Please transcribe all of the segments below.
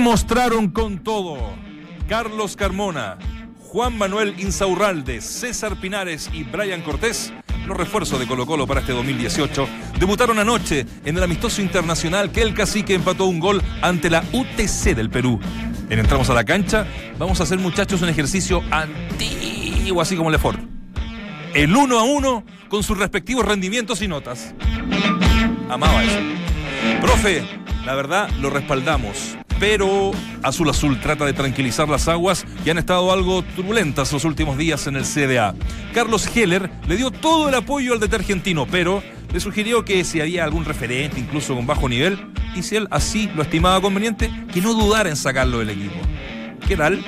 mostraron con todo. Carlos Carmona, Juan Manuel Insaurralde, César Pinares y Brian Cortés, los refuerzos de Colo-Colo para este 2018, debutaron anoche en el amistoso internacional que el Cacique empató un gol ante la UTC del Perú. En Entramos a la Cancha, vamos a hacer, muchachos, un ejercicio antiguo, así como el Lefort. El 1-1 con sus respectivos rendimientos y notas. Amaba eso. Profe, la verdad lo respaldamos, pero Azul Azul trata de tranquilizar las aguas que han estado algo turbulentas los últimos días en el CDA. Carlos Heller le dio todo el apoyo al DT argentino, pero le sugirió que si había algún referente, incluso con bajo nivel, y si él así lo estimaba conveniente, que no dudara en sacarlo del equipo. ¿Qué tal?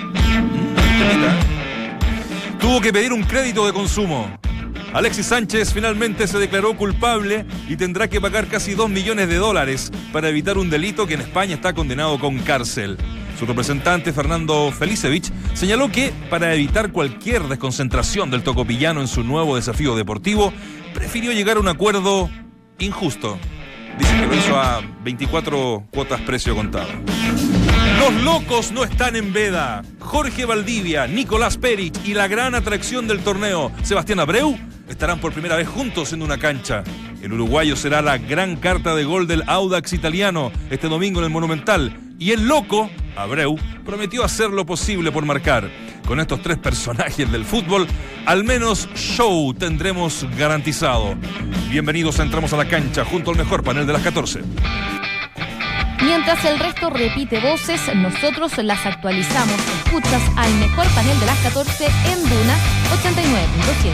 Tuvo que pedir un crédito de consumo. Alexis Sánchez finalmente se declaró culpable y tendrá que pagar casi $2 millones para evitar un delito que en España está condenado con cárcel. Su representante, Fernando Felicevich, señaló que para evitar cualquier desconcentración del tocopillano en su nuevo desafío deportivo, prefirió llegar a un acuerdo injusto. Dice que lo hizo a 24 cuotas precio contado. Los locos no están en veda. Jorge Valdivia, Nicolás Perich y la gran atracción del torneo, Sebastián Abreu, estarán por primera vez juntos en una cancha. El uruguayo será la gran carta de gol del Audax italiano este domingo en el Monumental. Y el loco, Abreu, prometió hacer lo posible por marcar. Con estos tres personajes del fútbol, al menos show tendremos garantizado. Bienvenidos a Entramos a la Cancha, junto al mejor panel de las 14. Mientras el resto repite voces, nosotros las actualizamos. Escuchas al mejor panel de las 14 en Duna 89.7.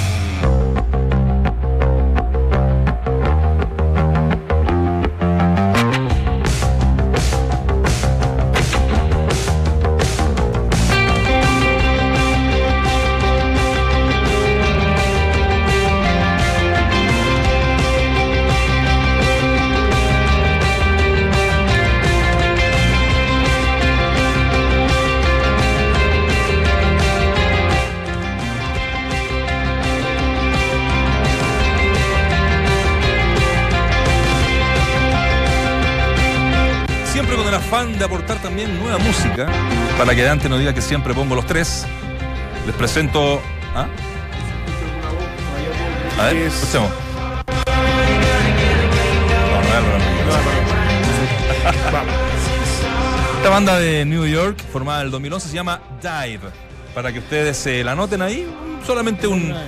De aportar también nueva música, para que Dante no diga que siempre pongo los tres. Les presento a ver, escuchemos. Esta banda de New York, formada en el 2011, se llama Dive. Para que ustedes la anoten ahí, solamente una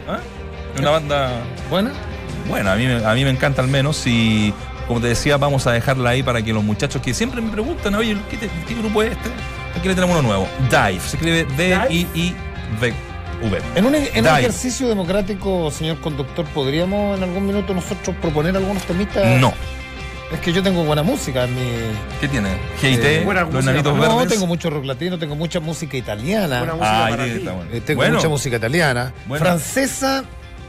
banda buena. Bueno, a mí me encanta al menos, y como te decía, vamos a dejarla ahí para que los muchachos que siempre me preguntan, oye, ¿qué grupo es este? Aquí le tenemos uno nuevo. Dive, se escribe D-I-I-V. En un ejercicio democrático, señor conductor, ¿podríamos en algún minuto nosotros proponer algunos temistas? No. Es que yo tengo buena música en mi... ¿Qué tiene? GIT, los Nanitos Verdes. No, tengo mucho rock latino, tengo mucha música italiana. Tengo mucha música italiana. Francesa...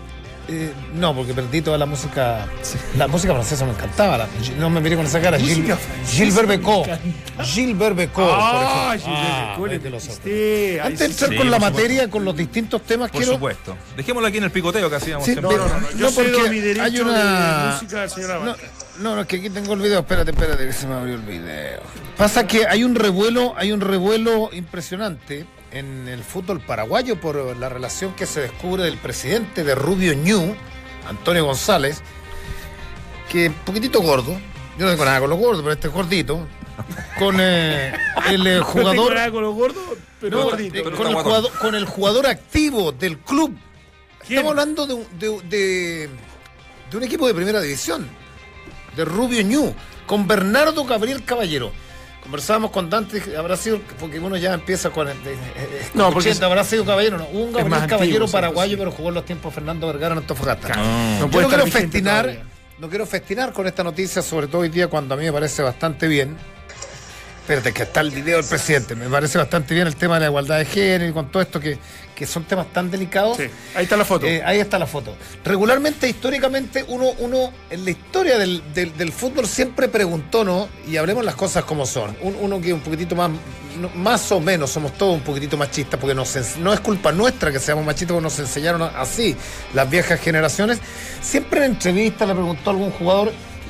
no, porque perdí toda la música. Sí. La música francesa me encantaba. No me miré con esa cara. Gilbert Bécaud. Gilbert Bécaud, por ejemplo. Antes de entrar con la materia, con los distintos temas, por supuesto. Dejémoslo aquí en el picoteo que hacíamos siempre. No, porque mi derecho hay una... de música, señora. No, es que aquí tengo el video. Espérate, que se me abrió el video. Pasa que hay un revuelo impresionante en el fútbol paraguayo por la relación que se descubre del presidente de Rubio Ñu, Antonio González, que es un poquitito gordo. Yo no tengo nada con los gordos, pero este es gordito. Con el jugador. No tengo nada con los gordos, pero gordito. Con el jugador activo del club. ¿Quién? Estamos hablando de un equipo de primera división, de Rubio Ñu, con Gabriel Caballero. Conversábamos con Dante, habrá sido, porque uno ya empieza con el... no, porque habrá sido Caballero, no. Un Gabriel Caballero paraguayo, pero jugó en los tiempos Fernando Vergara en Antofagasta. Yo no quiero festinar con esta noticia, sobre todo hoy día, cuando a mí me parece bastante bien. Espérate, que está el video del presidente. Me parece bastante bien el tema de la igualdad de género y con todo esto que son temas tan delicados. Sí, ahí está la foto. Ahí está la foto. Regularmente, históricamente, uno en la historia del fútbol siempre preguntó, ¿no? Y hablemos las cosas como son. Uno que un poquitito más o menos, somos todos un poquitito machistas, porque no es culpa nuestra que seamos machistas, porque nos enseñaron así las viejas generaciones. Siempre en entrevistas le preguntó a algún jugador,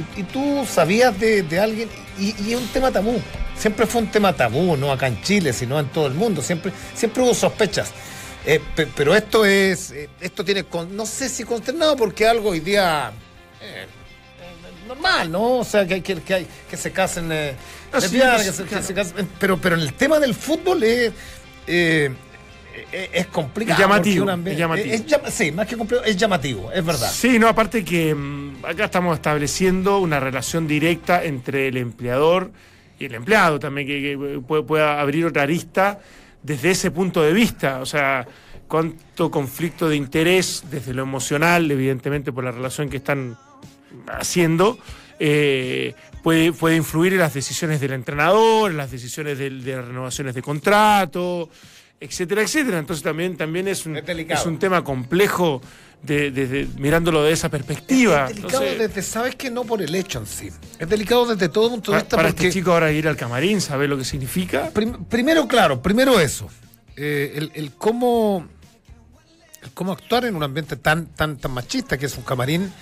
y tú sabías de alguien, y es un tema tabú. Siempre fue un tema tabú, no acá en Chile, sino en todo el mundo. Siempre hubo sospechas. Pero esto tiene, no sé si consternado, porque algo hoy día normal, ¿no? O sea, que se casen lesbianas, que se casen, pero en el tema del fútbol es complicado. Es llamativo. Sí, más que complicado, es llamativo, es verdad. Sí, no, aparte que acá estamos estableciendo una relación directa entre el empleador y el empleado también, que pueda abrir otra arista desde ese punto de vista. O sea, cuánto conflicto de interés desde lo emocional, evidentemente por la relación que están haciendo, puede influir en las decisiones del entrenador, en las decisiones de las renovaciones de contrato, etcétera, etcétera. Entonces también es un tema complejo mirándolo de esa perspectiva. Es delicado desde, sabes que no por el hecho en sí. Es delicado desde todo punto de vista. Para este chico ahora ir al camarín, saber lo que significa. Primero eso. El cómo actuar en un ambiente tan machista que es un camarín,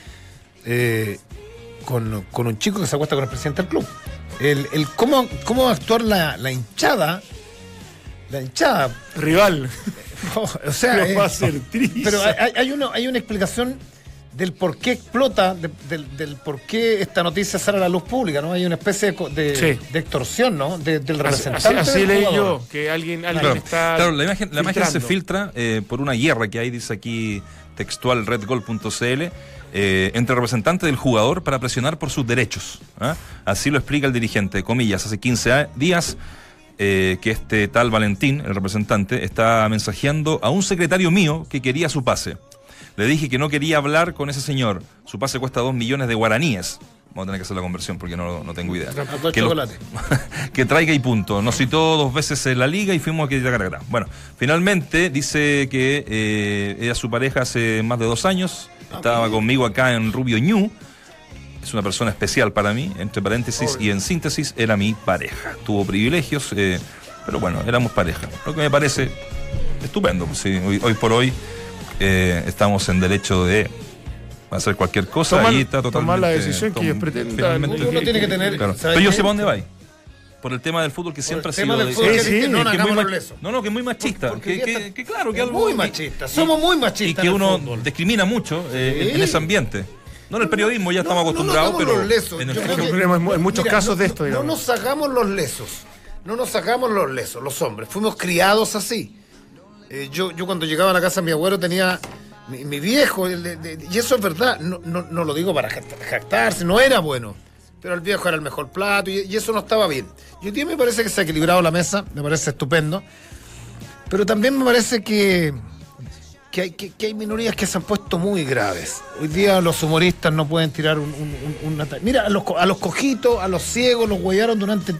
con un chico que se acuesta con el presidente del club. El cómo actuar la hinchada. La hinchada. Rival. O sea, va a ser triste. Pero hay una explicación del por qué explota, del por qué esta noticia sale a la luz pública, ¿no? Hay una especie de extorsión, ¿no? Del representante. Así leí yo, que alguien está. Claro, la imagen se filtra por una guerra que hay, dice aquí textual redgol.cl, entre representantes del jugador para presionar por sus derechos. Así lo explica el dirigente, comillas, hace 15 días. Que este tal Valentín, el representante, está mensajeando a un secretario mío que quería su pase. Le dije que no quería hablar con ese señor. Su pase cuesta 2 millones de guaraníes. Vamos a tener que hacer la conversión porque no tengo idea. Que traiga y punto. Nos citó 2 veces en la liga y fuimos a que llegara. Bueno, finalmente dice que era su pareja hace más de 2 años. Estaba conmigo acá en Rubio Ñu. Es una persona especial para mí, entre paréntesis, y en síntesis era mi pareja. Tuvo privilegios, pero bueno, éramos pareja. Lo que me parece estupendo. Sí, hoy por hoy estamos en derecho de hacer cualquier cosa y está totalmente... Tomar la decisión que ellos pretendan. Uno tiene que tener... Claro. Pero yo sé para dónde va. Por el tema del fútbol que siempre ha sido... No, que es muy machista. Que claro, que algo... Muy machista. Somos muy machistas. Y que uno discrimina mucho en ese ambiente. No en el periodismo, ya estamos acostumbrados, pero en muchos casos de esto, digamos. No nos hagamos los lesos, los hombres. Fuimos criados así. Yo cuando llegaba a la casa de mi abuelo tenía mi viejo, y eso es verdad, no lo digo para jactarse, no era bueno, pero el viejo era el mejor plato y eso no estaba bien. Y hoy día me parece que se ha equilibrado la mesa, me parece estupendo, pero también me parece que hay minorías que se han puesto muy graves. Hoy día los humoristas no pueden tirar una talla. Mira, a los cojitos, a los ciegos, los huellaron durante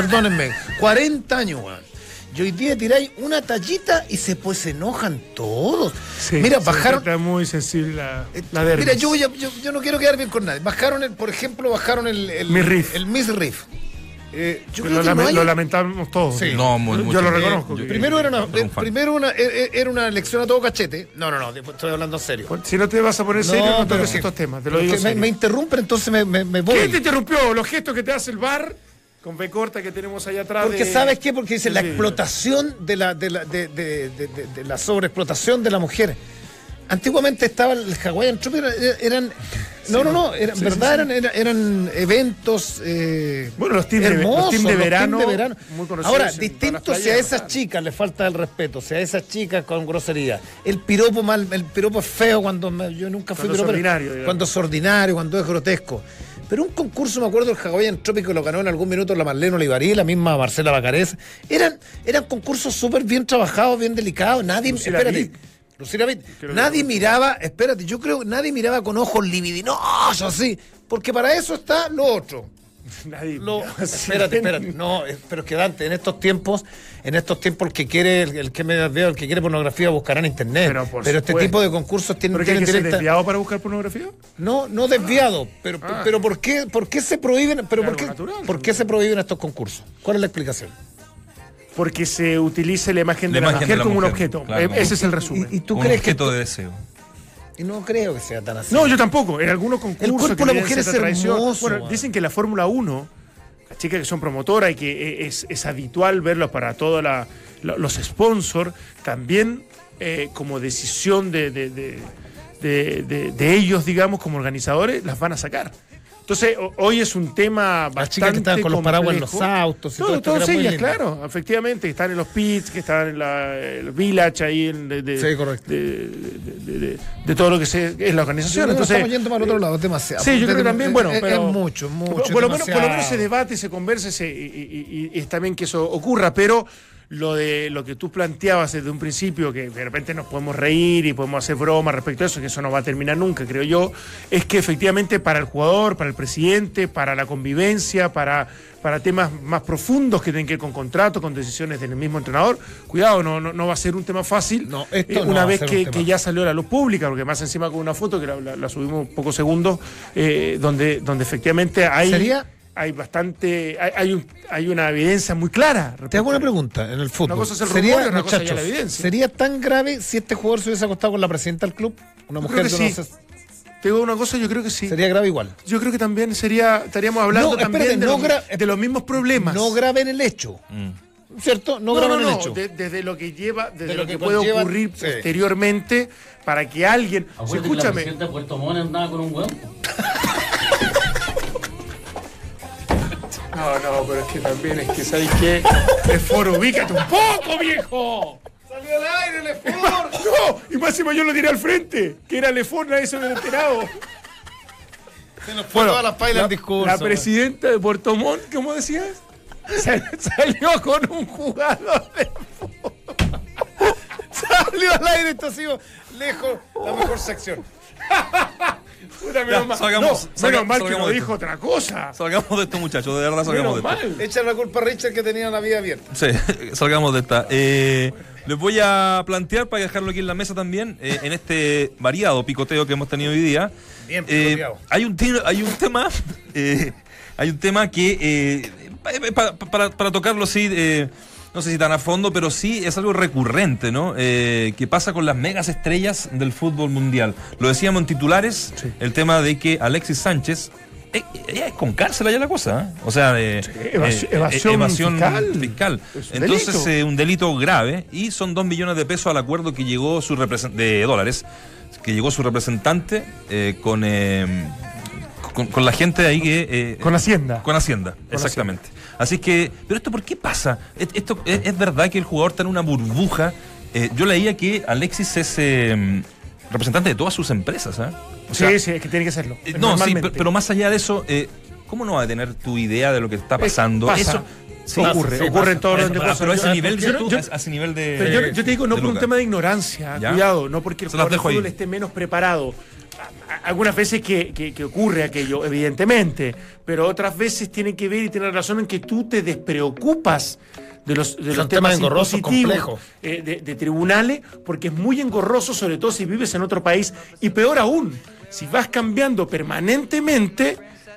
40 años, weón. Y hoy día tiráis una tallita y se enojan todos. Sí, mira, bajaron... Está muy sensible la dermis. Mira, yo no quiero quedar bien con nadie. Bajaron el Miss Riff. Lo lamentamos todos. Sí. No, yo lo reconozco. Primero era una elección a todo cachete. No, estoy hablando en serio. Si no te vas a poner serio, no toques estos temas. Te lo digo me interrumpen, entonces me voy. ¿Quién te interrumpió? Los gestos que te hace el bar con B corta que tenemos allá atrás. Porque ¿sabes qué? Porque dice la explotación de la sobreexplotación de la mujer. Antiguamente estaba el Hawaiian Tropic, eran eventos los teams hermosos, de verano. Muy conocidos. Ahora, distinto si a esas chicas le falta el respeto, si a esas chicas con grosería. El piropo es feo yo nunca fui piropo. Cuando es ordinario, cuando es grotesco. Pero un concurso, me acuerdo, el Hawaiian Tropic, que lo ganó en algún minuto la Marlene Olivarí, la misma Marcela Bacarés. Eran concursos súper bien trabajados, bien delicados. Lucila Vitt, nadie miraba, yo creo que nadie miraba con ojos libidinosos así, porque para eso está lo otro. Espérate, no, pero es que Dante, en estos tiempos el que quiere pornografía buscará en internet, pero este tipo de concursos tienen que ser desviado para buscar pornografía. No desviado, pero ¿por qué se prohíben? ¿Por qué se prohíben estos concursos? ¿Cuál es la explicación? Porque se utilice la imagen de la mujer como un objeto. Claro, ese es el resumen. ¿Y tú crees objeto de deseo? Y no creo que sea tan así. No, yo tampoco. En algunos concursos. El cuerpo de la mujer es hermoso. Bueno, dicen que la Fórmula 1, las chicas que son promotoras y que es habitual verlo para todos los sponsors, también como decisión de ellos, digamos, como organizadores, las van a sacar. Entonces, hoy es un tema bastante. Las chicas que están con los paraguas en los autos. Todas ellas, claro, efectivamente, que están en los pits, que están en el village ahí sí, correcto. De todo lo que es la organización. Sí, entonces, estamos yendo para el otro lado, es demasiado. Sí, yo creo que también, bueno, pero es mucho. Por lo menos se debate, se conversa y está bien que eso ocurra, pero lo que tú planteabas desde un principio, que de repente nos podemos reír y podemos hacer bromas respecto a eso, que eso no va a terminar nunca, creo yo, es que efectivamente para el jugador, para el presidente, para la convivencia, para temas más profundos que tienen que ver con contratos, con decisiones del mismo entrenador, cuidado, no va a ser un tema fácil. No, esto una vez que ya salió a la luz pública, porque más encima con una foto que la subimos pocos segundos, donde efectivamente hay bastante, hay una evidencia muy clara. Te hago una pregunta en el fútbol. Una cosa es el rumor y otra cosa es la evidencia. ¿Sería tan grave si este jugador se hubiese acostado con la presidenta del club? Una mujer que sí. Te digo una cosa, yo creo que sí. ¿Sería grave igual? Yo creo que también estaríamos hablando de los mismos problemas. No grave en el hecho. ¿Cierto? No grave en el hecho. Desde lo que lleva, desde lo que puede ocurrir posteriormente para que alguien. Escúchame. La presidenta de Puerto Montt andaba con un huevo. No, pero es que también ¿sabes qué? Lefort, ubícate un poco, viejo. ¡Salió al aire, Lefort! No, y máximo yo lo tiré al frente, que era Lefort, nadie se había enterado. Se nos fue todas las pailas el discurso. La presidenta de Puerto Montt, ¿cómo decías? Salió con un jugador de fútbol. Salió al aire, esto ha sido lejos la mejor sección. Menos mal que no dijo otra cosa. Salgamos de esto, muchachos, de verdad salgamos de esto. Echa la culpa a Richard que tenía la vida abierta. Sí, salgamos de esta. Les voy a plantear, para dejarlo aquí en la mesa también, en este variado picoteo que hemos tenido hoy día. Bien picoteado. Hay un tema que, para tocarlo así, no sé si tan a fondo, pero sí es algo recurrente, ¿no? Que pasa con las megas estrellas del fútbol mundial. Lo decíamos en titulares, sí. El tema de que Alexis Sánchez, es con cárcel allá la cosa, ¿eh? O sea, evasión fiscal. Entonces, un delito grave, y son 2 millones de pesos al acuerdo que llegó de dólares, que llegó su representante con la gente de ahí que... con Hacienda. Con Hacienda, exactamente. Así que, pero esto, ¿por qué pasa? Esto es verdad que el jugador está en una burbuja. Yo leía que Alexis es representante de todas sus empresas, ¿eh? O sea, sí, es que tiene que serlo. No, sí, pero más allá de eso, ¿cómo no va a tener tu idea de lo que está pasando? Pasa. Eso sí, ocurre en todo orden de cosas. Pero a ese nivel de... Pero yo te digo, no por un tema de ignorancia, ¿ya? Cuidado, no porque el jugador de fútbol esté menos preparado. Algunas veces que ocurre aquello, evidentemente, pero otras veces tiene que ver y tiene razón en que tú te despreocupas de los temas engorrosos, complejos, de tribunales, porque es muy engorroso, sobre todo si vives en otro país, y peor aún, si vas cambiando permanentemente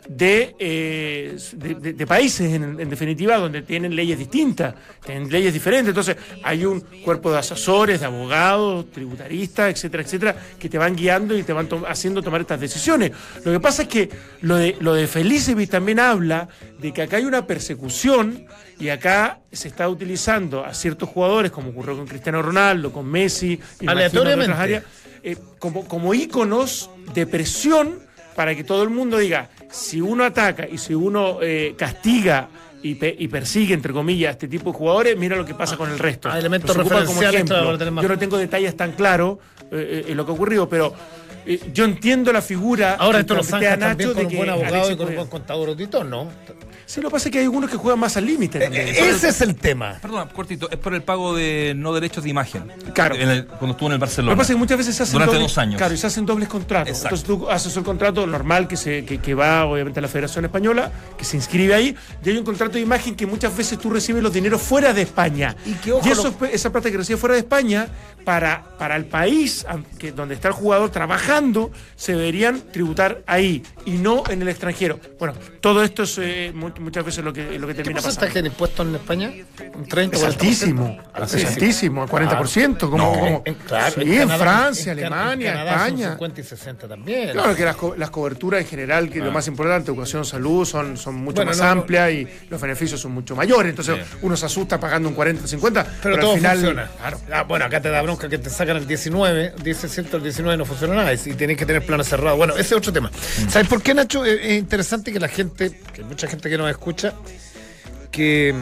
de países, en definitiva, donde tienen leyes distintas, tienen leyes diferentes. Entonces hay un cuerpo de asesores, de abogados, tributaristas, etcétera, que te van guiando y te van haciendo tomar estas decisiones. Lo que pasa es que lo de Felicevich también habla de que acá hay una persecución, y acá se está utilizando a ciertos jugadores, como ocurrió con Cristiano Ronaldo, con Messi, aleatoriamente, en otras áreas, como íconos de presión, para que todo el mundo diga, si uno ataca y si uno castiga y persigue, entre comillas, a este tipo de jugadores, mira lo que pasa con el resto. Elementos referenciales. Yo no tengo detalles tan claros en lo que ha ocurrido, pero yo entiendo la figura. Ahora esto lo zanca también con un buen abogado y con un buen contador auditor, ¿no? Sí, lo que pasa es que hay algunos que juegan más al límite también. Ese es el tema. Perdón, cortito, es por el pago de no derechos de imagen. Claro. Cuando estuvo en el Barcelona. Lo que pasa es que muchas veces se hacen durante 2 años. Claro, y se hacen dobles contratos. Exacto. Entonces tú haces el contrato normal que va obviamente a la Federación Española, que se inscribe ahí, y hay un contrato de imagen que muchas veces tú recibes los dineros fuera de España. Y esa plata que recibes fuera de España, para el país donde está el jugador trabajando, trabajando se deberían tributar ahí y no en el extranjero. Bueno, todo esto es muchas veces lo que termina pasando. ¿Qué porcentaje de impuestos en España? ¿Un 30%? Es altísimo, el 40%. Claro, sí, en Francia, Alemania, en Canadá España. Son 50 y 60 también. Claro que las coberturas en general, que lo más importante, educación, salud, son mucho más amplias y los beneficios son mucho mayores. Entonces uno se asusta pagando un 40, 50, pero todo al final funciona. Claro. Bueno, acá te da bronca que te sacan el 19, dice cierto, el 19 no funciona nada y tienes que tener planes cerrados. Bueno, ese es otro tema. ¿Sabes por qué, Nacho? Es interesante que hay mucha gente que nos escucha, que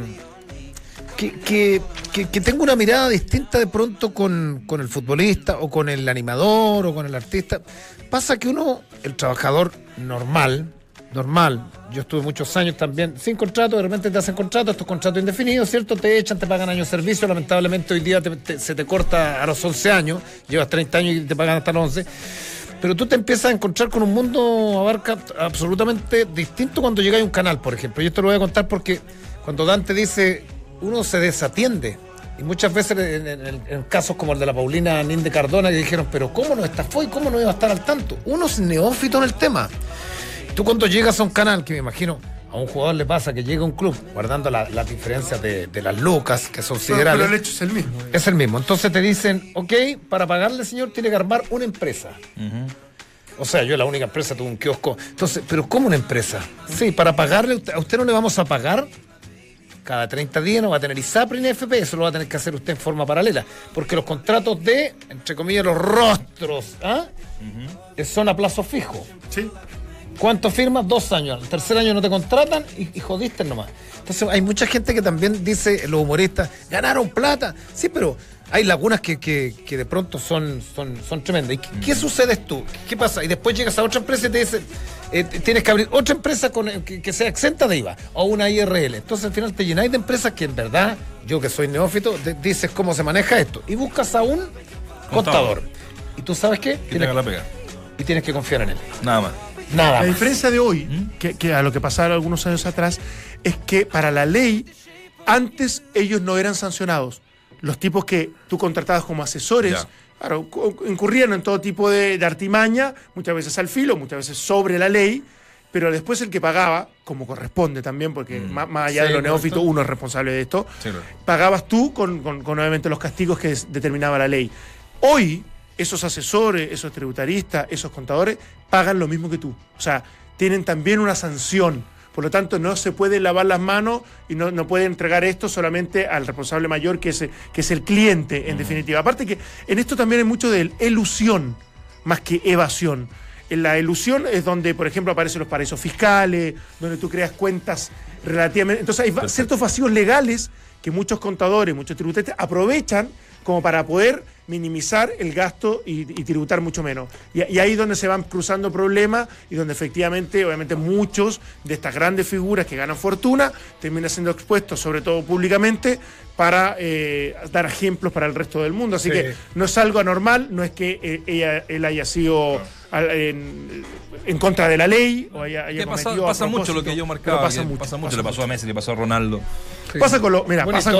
tenga una mirada distinta de pronto con el futbolista o con el animador o con el artista. Pasa que uno, el trabajador normal, yo estuve muchos años también sin contrato, de repente te hacen contrato, estos contratos indefinidos, ¿cierto? Te echan, te pagan años de servicio, lamentablemente hoy día se te corta a los 11 años, llevas 30 años y te pagan hasta los 11, pero tú te empiezas a encontrar con un mundo abarca absolutamente distinto cuando llegas a un canal, por ejemplo, y esto lo voy a contar porque cuando Dante dice, uno se desatiende, y muchas veces en casos como el de la Paulina Ninde Cardona, que dijeron, pero ¿cómo no estafó y cómo no iba a estar al tanto? Uno es neófito en el tema. Tú cuando llegas a un canal, que me imagino a un jugador le pasa que llega a un club, guardando las diferencias de las lucas, que son siderales. Pero el hecho es el mismo. Es el mismo. Entonces te dicen, ok, para pagarle, señor, tiene que armar una empresa. O sea, yo la única empresa tuve un kiosco. Entonces, ¿pero cómo una empresa? Sí, para pagarle, a usted no le vamos a pagar cada 30 días, no va a tener ISAPRE ni FP, eso lo va a tener que hacer usted en forma paralela. Porque los contratos de, entre comillas, los rostros, son a plazo fijo. Sí. ¿Cuánto firmas? 2 años. El tercer año no te contratan y jodiste nomás. Entonces hay mucha gente que también dice, los humoristas, ganaron plata. Sí, pero hay lagunas que de pronto son tremendas. ¿Y qué sucede tú? ¿Qué pasa? Y después llegas a otra empresa y te dicen, tienes que abrir otra empresa que sea exenta de IVA o una IRL. Entonces al final te llenáis de empresas que en verdad, yo que soy neófito, dices cómo se maneja esto. Y buscas a un contador. ¿Y tú sabes qué? Y tienes que confiar en él. Nada más. La diferencia de hoy, que a lo que pasaba algunos años atrás, es que para la ley, antes ellos no eran sancionados. Los tipos que tú contratabas como asesores, claro, incurrían en todo tipo de artimaña, muchas veces al filo, muchas veces sobre la ley, pero después el que pagaba, como corresponde también, porque más allá de lo neófito, uno es responsable de esto, pagabas tú con obviamente los castigos que determinaba la ley. Hoy, esos asesores, esos tributaristas, esos contadores, pagan lo mismo que tú. O sea, tienen también una sanción. Por lo tanto, no se puede lavar las manos y no puede entregar esto solamente al responsable mayor, que es el cliente, en definitiva. Aparte que en esto también hay mucho de elusión, más que evasión. En la elusión es donde, por ejemplo, aparecen los paraísos fiscales, donde tú creas cuentas relativamente... Entonces hay ciertos vacíos legales que muchos contadores, muchos tributistas aprovechan como para poder minimizar el gasto y tributar mucho menos. Y ahí es donde se van cruzando problemas y donde efectivamente, obviamente, muchos de estas grandes figuras que ganan fortuna terminan siendo expuestos, sobre todo públicamente, para dar ejemplos para el resto del mundo. Así que no es algo anormal, no es que él haya sido en contra de la ley o haya cometido pasa mucho lo que yo marcaba. Pasa mucho. Le pasó a Messi, le pasó a Ronaldo. Sí. Pasa con los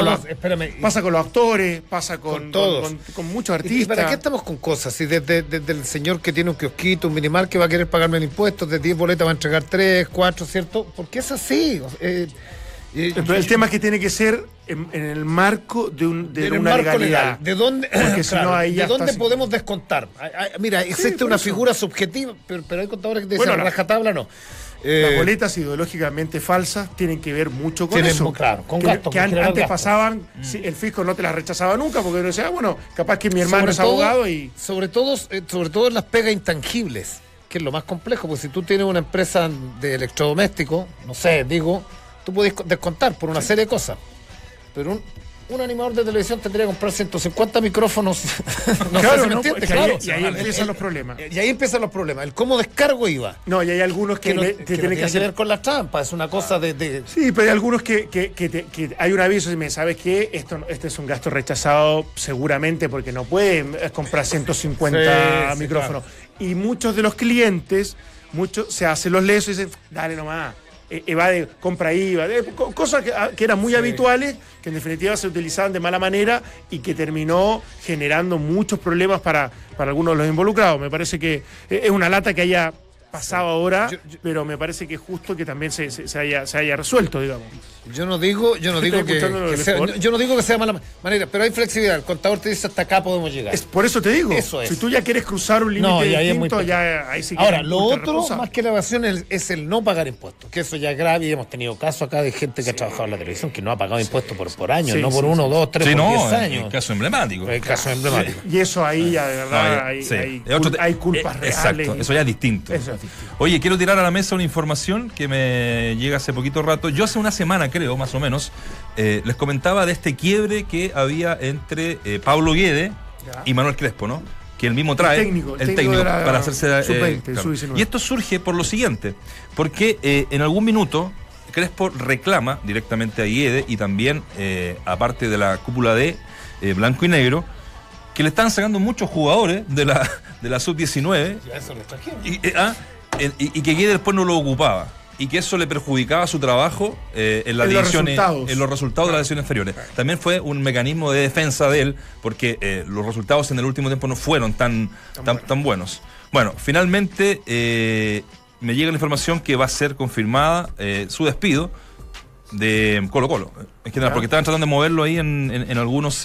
actores, pasa con muchos artistas. ¿Y para qué estamos con cosas? Si desde el señor que tiene un kiosquito, un minimal, que va a querer pagarme el impuesto, de 10 boletas va a entregar 3, 4, ¿cierto? ¿Por qué es así? El tema es que tiene que ser en el marco de una legalidad. Legal. ¿De dónde, ¿de dónde podemos descontar? Mira, existe una figura subjetiva, pero hay contadores que dicen rajatabla no. Las boletas ideológicamente falsas tienen que ver mucho con eso. Claro, con gastos. Que antes pasaban, el fisco no te las rechazaba nunca, porque decía, bueno, capaz que mi hermano es abogado y... Sobre todo las pegas intangibles, que es lo más complejo, porque si tú tienes una empresa de electrodomésticos, no sé, tú puedes descontar por una serie de cosas, pero un animador de televisión tendría que comprar 150 micrófonos. Y ahí empiezan los problemas. Y ahí empiezan los problemas. El cómo descargo IVA. No, y hay algunos que tienen que ver con las trampas. Es una cosa de... Sí, pero hay algunos que hay un aviso y me sabes que este es un gasto rechazado seguramente porque no pueden comprar 150 micrófonos. Claro. Y muchos de los clientes, se hacen los lesos y dicen, dale nomás. evade, compra IVA, cosas que eran muy habituales, que en definitiva se utilizaban de mala manera y que terminó generando muchos problemas para algunos de los involucrados. Me parece que es una lata que haya pasado ahora, pero me parece que es justo que también se haya resuelto, digamos. Yo no digo que sea mala manera, pero hay flexibilidad. El contador te dice hasta acá podemos llegar. Por eso te digo, eso es. Si tú ya quieres cruzar un límite distinto, ahí sí que ahora, lo otro, más que la evasión, es el no pagar impuestos, que eso ya es grave, y hemos tenido casos acá de gente que ha trabajado en la televisión que no ha pagado impuestos por años, no por 1, 2, 3, por 10 años. El caso emblemático. Sí. Y eso ahí ya, de verdad, hay culpas reales. Exacto, eso ya es distinto. Oye, quiero tirar a la mesa una información que me llega hace poquito rato. Yo hace una semana, creo, más o menos, les comentaba de este quiebre que había entre Pablo Guede y Manuel Crespo, ¿no? Que él mismo trae, el técnico para hacerse sub-20, Y esto surge por lo siguiente, porque en algún minuto Crespo reclama directamente a Guede y también, aparte de la cúpula de Blanco y Negro, que le están sacando muchos jugadores de la sub-19 y que Guede después no lo ocupaba. Y que eso le perjudicaba su trabajo en los resultados de las divisiones inferiores. También fue un mecanismo de defensa de él, porque los resultados en el último tiempo no fueron tan buenos. Bueno, finalmente me llega la información que va a ser confirmada su despido de Colo-Colo, en general, porque estaban tratando de moverlo ahí en algunos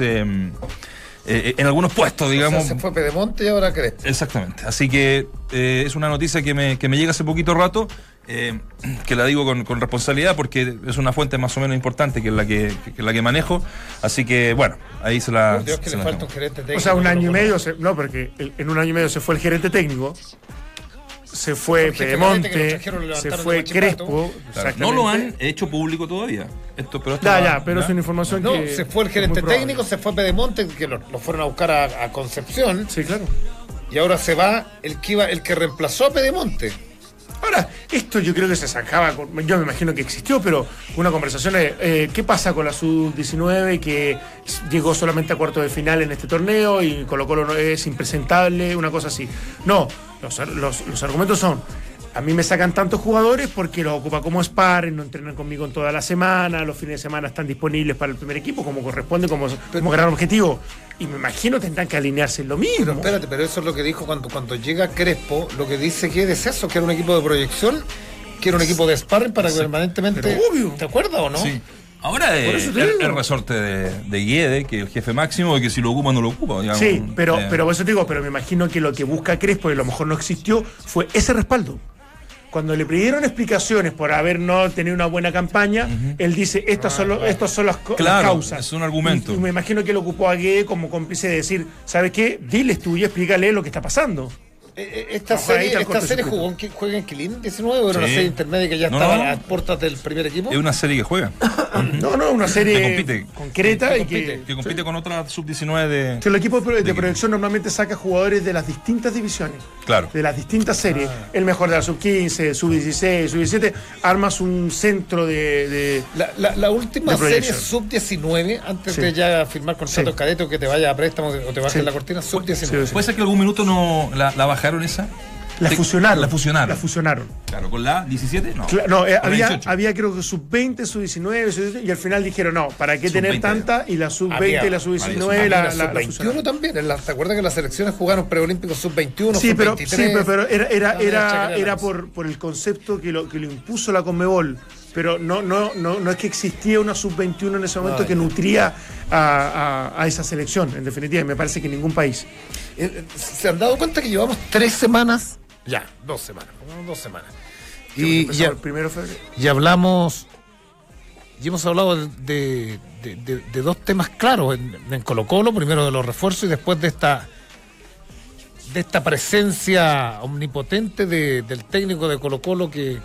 puestos, digamos. O sea, se fue Pedemonte y ahora Crespo. Exactamente. Así que es una noticia que me llega hace poquito rato, que la digo con responsabilidad porque es una fuente más o menos importante que es la que manejo. Así que, bueno, ahí se la... Dios, que le falta un gerente técnico. O sea, un año y medio... porque en un año y medio se fue el gerente técnico, se fue Pedemonte, se fue Crespo. Claro, no lo han hecho público todavía. Pero es una información que... se fue el gerente técnico, se fue Pedemonte, que lo fueron a buscar a Concepción. Sí, claro. Y ahora se va el que reemplazó a Pedemonte. Ahora, esto yo creo que se sacaba, yo me imagino que existió, pero una conversación de ¿qué pasa con la sub-19 que llegó solamente a cuartos de final en este torneo y Colo-Colo no es impresentable, una cosa así? No, los argumentos son: a mí me sacan tantos jugadores porque los ocupa como sparring, no entrenan conmigo en toda la semana, los fines de semana están disponibles para el primer equipo como corresponde, como gran objetivo. Y me imagino tendrán que alinearse en lo mismo. Pero espérate, pero eso es lo que dijo cuando llega Crespo, lo que dice que es eso, que era un equipo de proyección, que era un equipo de sparring para que permanentemente... Pero obvio. ¿Te acuerdas o no? Sí. Ahora es el resorte de Guede, que es el jefe máximo, y que si lo ocupa no lo ocupa, digamos. Sí, pero por eso te digo, pero me imagino que lo que busca Crespo, y a lo mejor no existió, fue ese respaldo. Cuando le pidieron explicaciones por haber no tenido una buena campaña, él dice, estas son las causas. Es un argumento. Y me imagino que lo ocupó a Guede como cómplice de decir, ¿sabes qué? Diles tú y explícale lo que está pasando. Esta serie juega en Quilín 19, o era una serie intermedia que ya estaba a las puertas del primer equipo. Es una serie que juega. Una serie concreta que compite con otra sub-19 de... El equipo de proyección normalmente saca jugadores de las distintas divisiones. Claro. De las distintas series. El mejor de la sub-15, sub-16, sub-17. Armas un centro de La última serie sub-19, antes de ya firmar contratos cadetes o que te vaya a préstamo o te bajen la cortina, sub-19. ¿Puede ser que en algún minuto no la bajaron esa? La fusionaron. Claro, con la 17 no. Había creo que sub-20, sub-19, y al final dijeron, no, ¿para qué tener tanta? Y la sub-20 y la sub-19 la sub-21 también. ¿Te acuerdas que las selecciones jugaron preolímpicos sub-21, sub-23? Sí, pero era por el concepto que lo impuso la Conmebol. Pero no es que existía una sub-21 en ese momento que nutría a esa selección, en definitiva, y me parece que en ningún país. ¿Se han dado cuenta que llevamos 3 semanas? Ya, 2 semanas. Y ya, el 1 de febrero. Y hablamos, y hemos hablado de 2 temas claros en Colo-Colo, primero de los refuerzos y después de esta presencia omnipotente del técnico de Colo-Colo que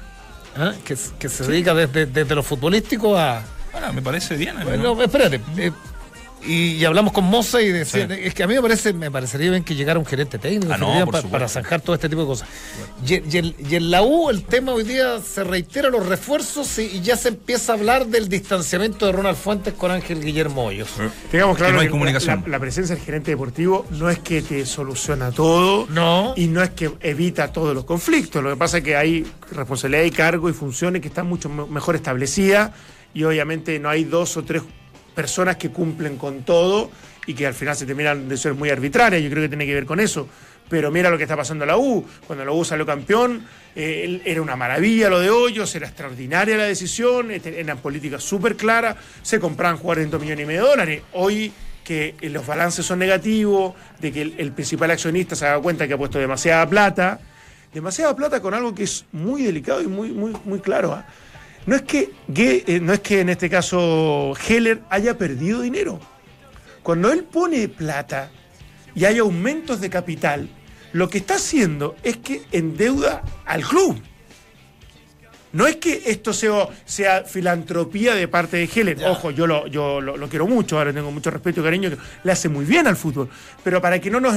se dedica desde lo futbolístico a... Bueno, me parece bien. Bueno, espérate. Y hablamos con Moza y decía, es que a mí me parecería bien que llegara un gerente técnico para zanjar todo este tipo de cosas. Y en la U el tema hoy día se reitera los refuerzos y ya se empieza a hablar del distanciamiento de Ronald Fuentes con Ángel Guillermo Hoyos. Tengamos claro que no hay que comunicación. La presencia del gerente deportivo no es que te soluciona todo, y no es que evita todos los conflictos. Lo que pasa es que hay responsabilidad y cargo y funciones que están mucho mejor establecidas, y obviamente no hay 2 o 3 personas que cumplen con todo y que al final se terminan de ser muy arbitrarias. Yo creo que tiene que ver con eso. Pero mira lo que está pasando en la U. Cuando la U salió campeón, era una maravilla lo de Hoyos, era extraordinaria la decisión, eran políticas súper claras, se compraban jugadores de $2,5 millones. Hoy que los balances son negativos, de que el principal accionista se ha dado cuenta que ha puesto demasiada plata con algo que es muy delicado y muy claro. No es que en este caso Heller haya perdido dinero. Cuando él pone plata y hay aumentos de capital, lo que está haciendo es que endeuda al club. No es que esto sea filantropía de parte de Heller. Ya. Ojo, yo lo quiero mucho, ahora tengo mucho respeto y cariño, que le hace muy bien al fútbol. Pero para que no nos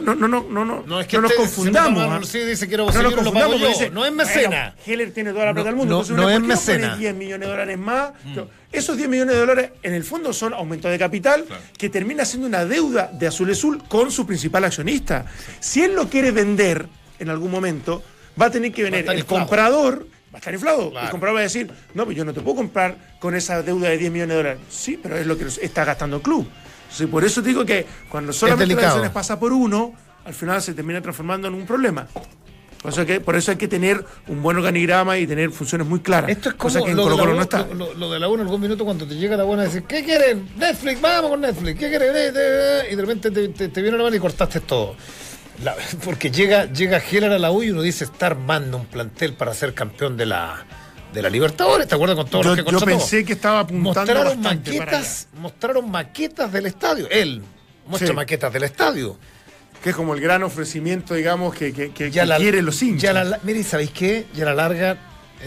nos confundamos. Sí, dice quiero seguir, lo pago yo. No es mecena. Heller tiene toda la plata del mundo. No, entonces, no es ¿por qué mecena. pone $10 millones más? Esos $10 millones en el fondo son aumentos de capital, que termina siendo una deuda de Azul Azul con su principal accionista. Si él lo quiere vender en algún momento, va a tener que venir el comprador. Va a estar inflado. Claro. El comprador va a decir, no, pues yo no te puedo comprar con esa deuda de $10 millones. Sí, pero es lo que está gastando el club. Entonces, por eso digo que cuando solamente las decisiones pasa por uno, al final se termina transformando en un problema. Por eso hay que tener un buen organigrama y tener funciones muy claras. Esto es como que en Colo-Colo no está. Lo de la U en algún minuto cuando te llega la buena a decir, ¿qué quieren? Netflix, vamos con Netflix. ¿Qué quieren? Y de repente te viene la mano y cortaste todo. Porque llega Heller a la U y uno dice, está armando un plantel para ser campeón de la Libertadores. ¿Te acuerdas con todo lo que contrató? Yo pensé que estaba apuntando mostraron maquetas del estadio. Él muestra maquetas del estadio. Que es como el gran ofrecimiento, digamos, que quieren los hinchas. Mire, ¿sabéis qué? Ya a la larga,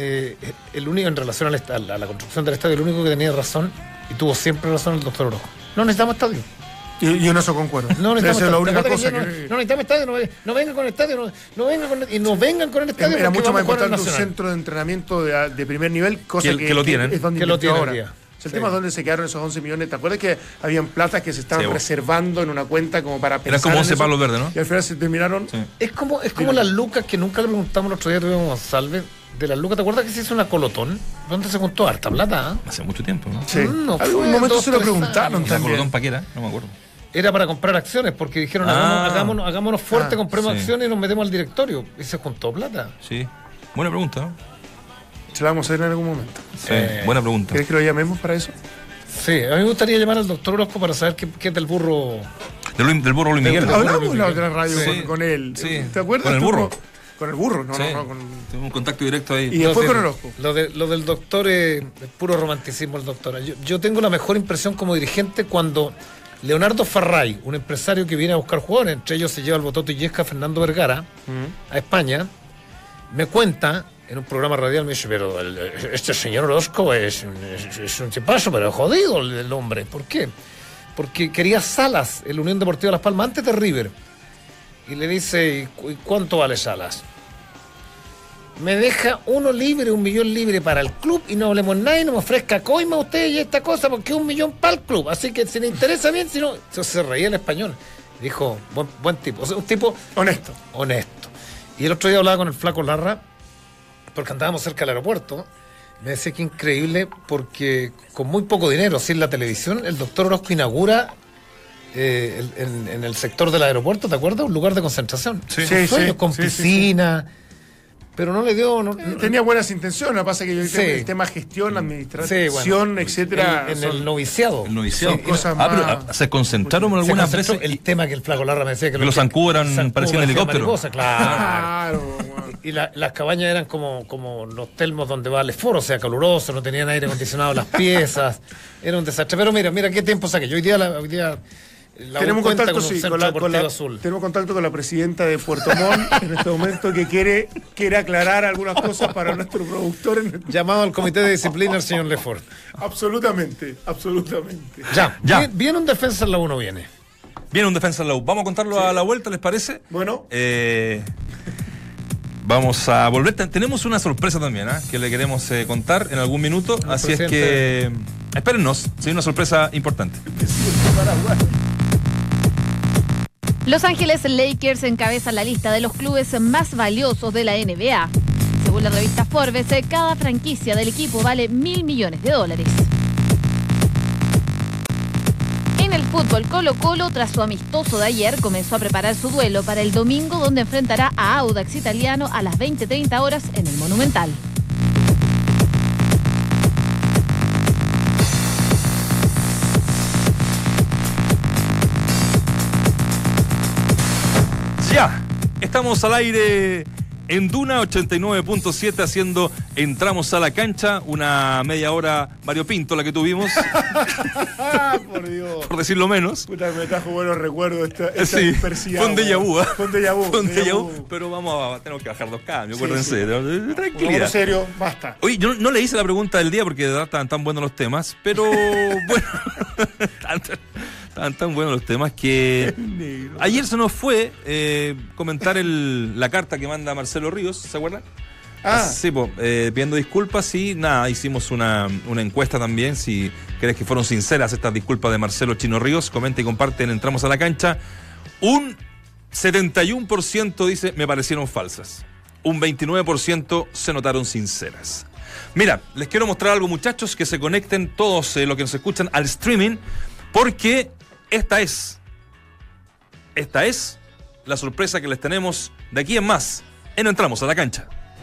el único en relación a la construcción del estadio, el único que tenía razón, y tuvo siempre razón, el doctor Orozco. No necesitamos estadio. Yo en eso concuerdo. No necesitamos la única cosa no necesitamos estadio, no vengan con el estadio, no vengan con el estadio. Era mucho más importante un centro de entrenamiento de primer nivel, cosa que lo tienen. Es donde lo tienen ahora. El tema es dónde se quedaron esos 11 millones. ¿Te acuerdas que habían platas que se estaban reservando en una cuenta como para pensar? Era como 11 palos verdes, ¿no? Y al final se terminaron. Sí. Es como las lucas que nunca le preguntamos el otro día, tuvimos a González. De las lucas, ¿te acuerdas que se hizo una Colotón? ¿Dónde se juntó harta plata? Hace mucho tiempo, ¿no? Sí. Algún momento se lo preguntaron también. ¿La Colotón para qué era? No me acuerdo. Era para comprar acciones, porque dijeron, hagámonos fuerte, compremos acciones y nos metemos al directorio. Y se juntó plata. Sí. Buena pregunta, ¿no? Se la vamos a ver en algún momento. Sí, buena pregunta. ¿Crees que lo llamemos para eso? Sí, a mí me gustaría llamar al doctor Orozco para saber qué es del burro. Del burro Luis Miguel. Hablamos la otra radio con él. Sí. ¿Te acuerdas? Con el burro. Con el burro, no. Tenemos un contacto directo ahí. Y después con Orozco. Lo del doctor es puro romanticismo, el doctor. Yo tengo la mejor impresión como dirigente cuando Leonardo Farray, un empresario que viene a buscar jugadores, entre ellos se lleva el Bototo Illesca Fernando Vergara a España, me cuenta en un programa radial, me dice, pero este señor Orozco es un tipazo, pero jodido el hombre. ¿Por qué? Porque quería Salas, el Unión Deportiva Las Palmas, antes de River. Y le dice, ¿y cuánto vale Salas? Me deja $1 millón libre para el club y no hablemos nada y no me ofrezca coima a usted y esta cosa porque $1 millón para el club. Así que si le interesa bien, si no... Se reía el español. Dijo, buen tipo. O sea, un tipo... Honesto. Y el otro día hablaba con el flaco Larra, porque andábamos cerca del aeropuerto. Me decía que increíble porque con muy poco dinero, sin la televisión, el doctor Orozco inaugura en el sector del aeropuerto, ¿te acuerdas? Un lugar de concentración. Sí, con piscina... Pero no le dio... tenía buenas intenciones, lo que pasa es que el tema gestión, administración, etcétera... En el noviciado. Pero se concentraron algunas veces... El tema que el flaco Larra me decía... Que los zancudos parecían helicópteros. Claro. Y las cabañas eran como los telmos donde va el esforo, o sea, caluroso, no tenían aire acondicionado las piezas, era un desastre. Pero mira qué tiempo saqué. Yo hoy día Tenemos contacto, sí, tenemos contacto con la presidenta de Puerto Montt en este momento, que quiere aclarar algunas cosas para nuestro productor. Llamado al comité de disciplina el señor Lefort. Absolutamente. Ya. Viene un defensa en la 1, viene. Viene un defensa en la U. Vamos a contarlo a la vuelta, ¿les parece? Bueno. Vamos a volver. Tenemos una sorpresa también, que le queremos contar en algún minuto. Así es que espérennos, sí, una sorpresa importante. Los Ángeles Lakers encabezan la lista de los clubes más valiosos de la NBA. Según la revista Forbes, cada franquicia del equipo vale $1.000 millones. En el fútbol, Colo-Colo, tras su amistoso de ayer, comenzó a preparar su duelo para el domingo, donde enfrentará a Audax Italiano a las 20:30 horas en el Monumental. Ya, estamos al aire en Duna 89.7 haciendo Entramos a la Cancha, una media hora variopinto la que tuvimos. Por Dios. Por decirlo menos. Puta, me trajo buenos recuerdos esta sí, dispersidad. Fue un déjà vu. Fue un déjà vu. Pero tenemos que bajar 2 cambios, sí, acuérdense. Sí. Tranquilidad. En serio, basta. Oye, yo no le hice la pregunta del día porque de verdad estaban tan buenos los temas, pero bueno, estaban tan buenos los temas que ayer se nos fue comentar la carta que manda Marcelo Ríos, ¿se acuerdan? Sí, pidiendo disculpas y nada, hicimos una encuesta también, si crees que fueron sinceras estas disculpas de Marcelo Chino Ríos, comenta y comparte en Entramos a la Cancha. Un 71% dice me parecieron falsas, un 29% se notaron sinceras. Mira, les quiero mostrar algo, muchachos, que se conecten todos los que nos escuchan al streaming, porque esta es la sorpresa que les tenemos de aquí en más en Entramos a la Cancha.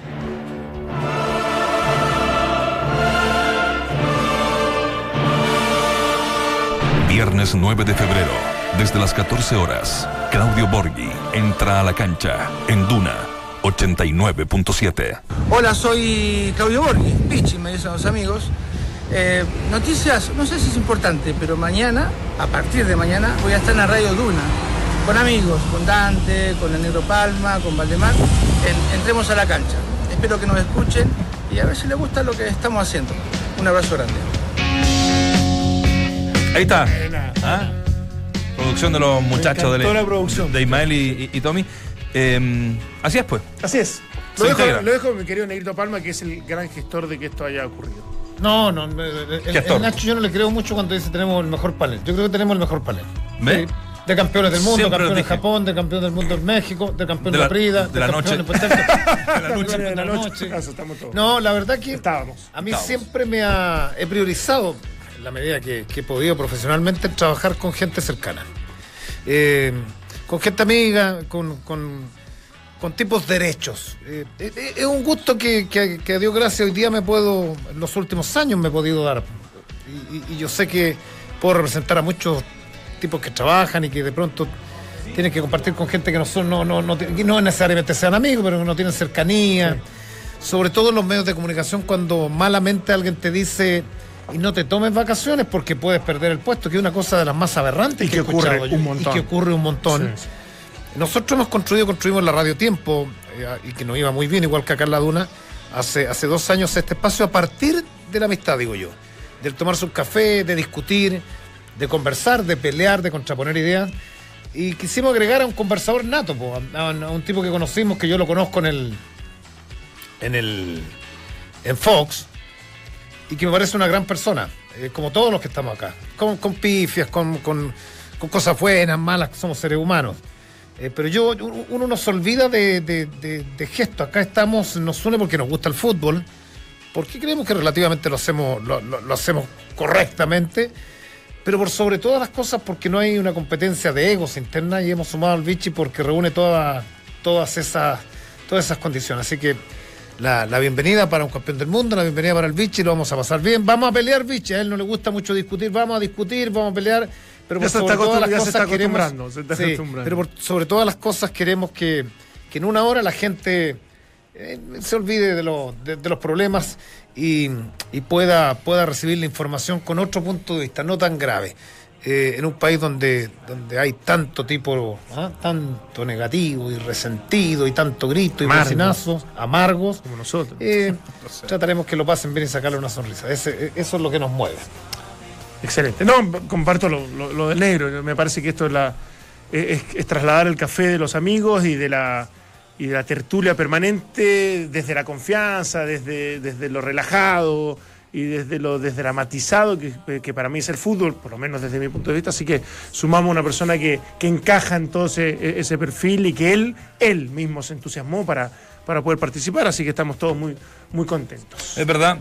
Viernes 9 de febrero, desde las 14 horas, Claudio Borghi entra a la cancha en Duna 89.7. Hola, soy Claudio Borghi, Pichi, me dicen los amigos. Noticias, no sé si es importante, pero mañana, a partir de mañana, voy a estar en la radio Duna, con amigos, con Dante, con el Negro Palma, con Valdemar, Entremos a la Cancha. Espero que nos escuchen y a ver si les gusta lo que estamos haciendo. Un abrazo grande. Ahí está. Producción de los muchachos de Ismael y Tommy. Así es, pues. Así es. Lo dejo con mi querido Negrito Palma, que es el gran gestor de que esto haya ocurrido. No, el Nacho yo no le creo mucho cuando dice tenemos el mejor panel. Yo creo que tenemos el mejor panel. ¿Ve? De campeones del mundo, Siempre campeón de Japón, de campeón del mundo en México, de campeón de la Prida, de la noche. De la noche. No, la verdad que a mí siempre he priorizado, en la medida que he podido profesionalmente, trabajar con gente cercana. Con gente amiga, con tipos derechos. Es un gusto que a Dios gracias hoy día en los últimos años me he podido dar. Y yo sé que puedo representar a muchos tipos que trabajan y que de pronto tienen que compartir con gente que no necesariamente sean amigos, pero que no tienen cercanía. Sí. Sobre todo en los medios de comunicación, cuando malamente alguien te dice y no te tomes vacaciones porque puedes perder el puesto, que es una cosa de las más aberrantes que he escuchado yo, y que ocurre un montón. Sí. Nosotros construimos la Radio Tiempo, y que nos iba muy bien, igual que acá en la Duna, hace 2 años este espacio a partir de la amistad, digo yo, del tomarse un café, de discutir, de conversar, de pelear, de contraponer ideas, y quisimos agregar a un conversador nato, a un tipo que conocimos, que yo lo conozco en Fox, y que me parece una gran persona, como todos los que estamos acá, con pifias, con cosas buenas, malas, somos seres humanos. Pero uno nos olvida de gestos. Acá nos une porque nos gusta el fútbol, porque creemos que relativamente lo hacemos correctamente, pero por sobre todas las cosas porque no hay una competencia de egos interna, y hemos sumado al Vichy porque reúne todas esas condiciones. Así que la bienvenida para un campeón del mundo, la bienvenida para el Vichy, lo vamos a pasar bien. Vamos a pelear, Vichy, a él no le gusta mucho discutir, vamos a discutir, vamos a pelear. Pero por sobre todas las cosas queremos, pero sobre todas las cosas queremos que en una hora la gente se olvide de los problemas y pueda recibir la información con otro punto de vista, no tan grave. en un país donde hay tanto tipo, tanto negativo y resentido y tanto grito y bocinazo, amargos, como nosotros. Trataremos que lo pasen bien y sacarle una sonrisa. Eso es lo que nos mueve. Excelente. No, comparto lo del negro. Me parece que esto es trasladar el café de los amigos y de la tertulia permanente desde la confianza, desde lo relajado y desde lo desdramatizado que para mí es el fútbol, por lo menos desde mi punto de vista. Así que sumamos una persona que encaja en todo ese perfil y que él mismo se entusiasmó para poder participar, así que estamos todos muy, muy contentos. Es verdad.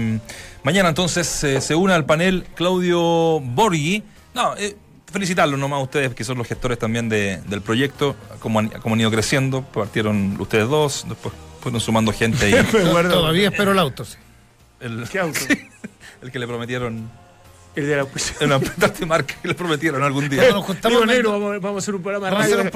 Mañana entonces se une al panel Claudio Borghi. Felicitarlos nomás a ustedes, que son los gestores también del proyecto, como han ido creciendo. Partieron ustedes dos, después fueron sumando gente ahí. Todavía espero el auto, sí. ¿Qué auto? El que le prometieron. El de la auspicio. En una de marca que le prometieron algún día. Nos juntamos negro, vamos a hacer un programa de radio.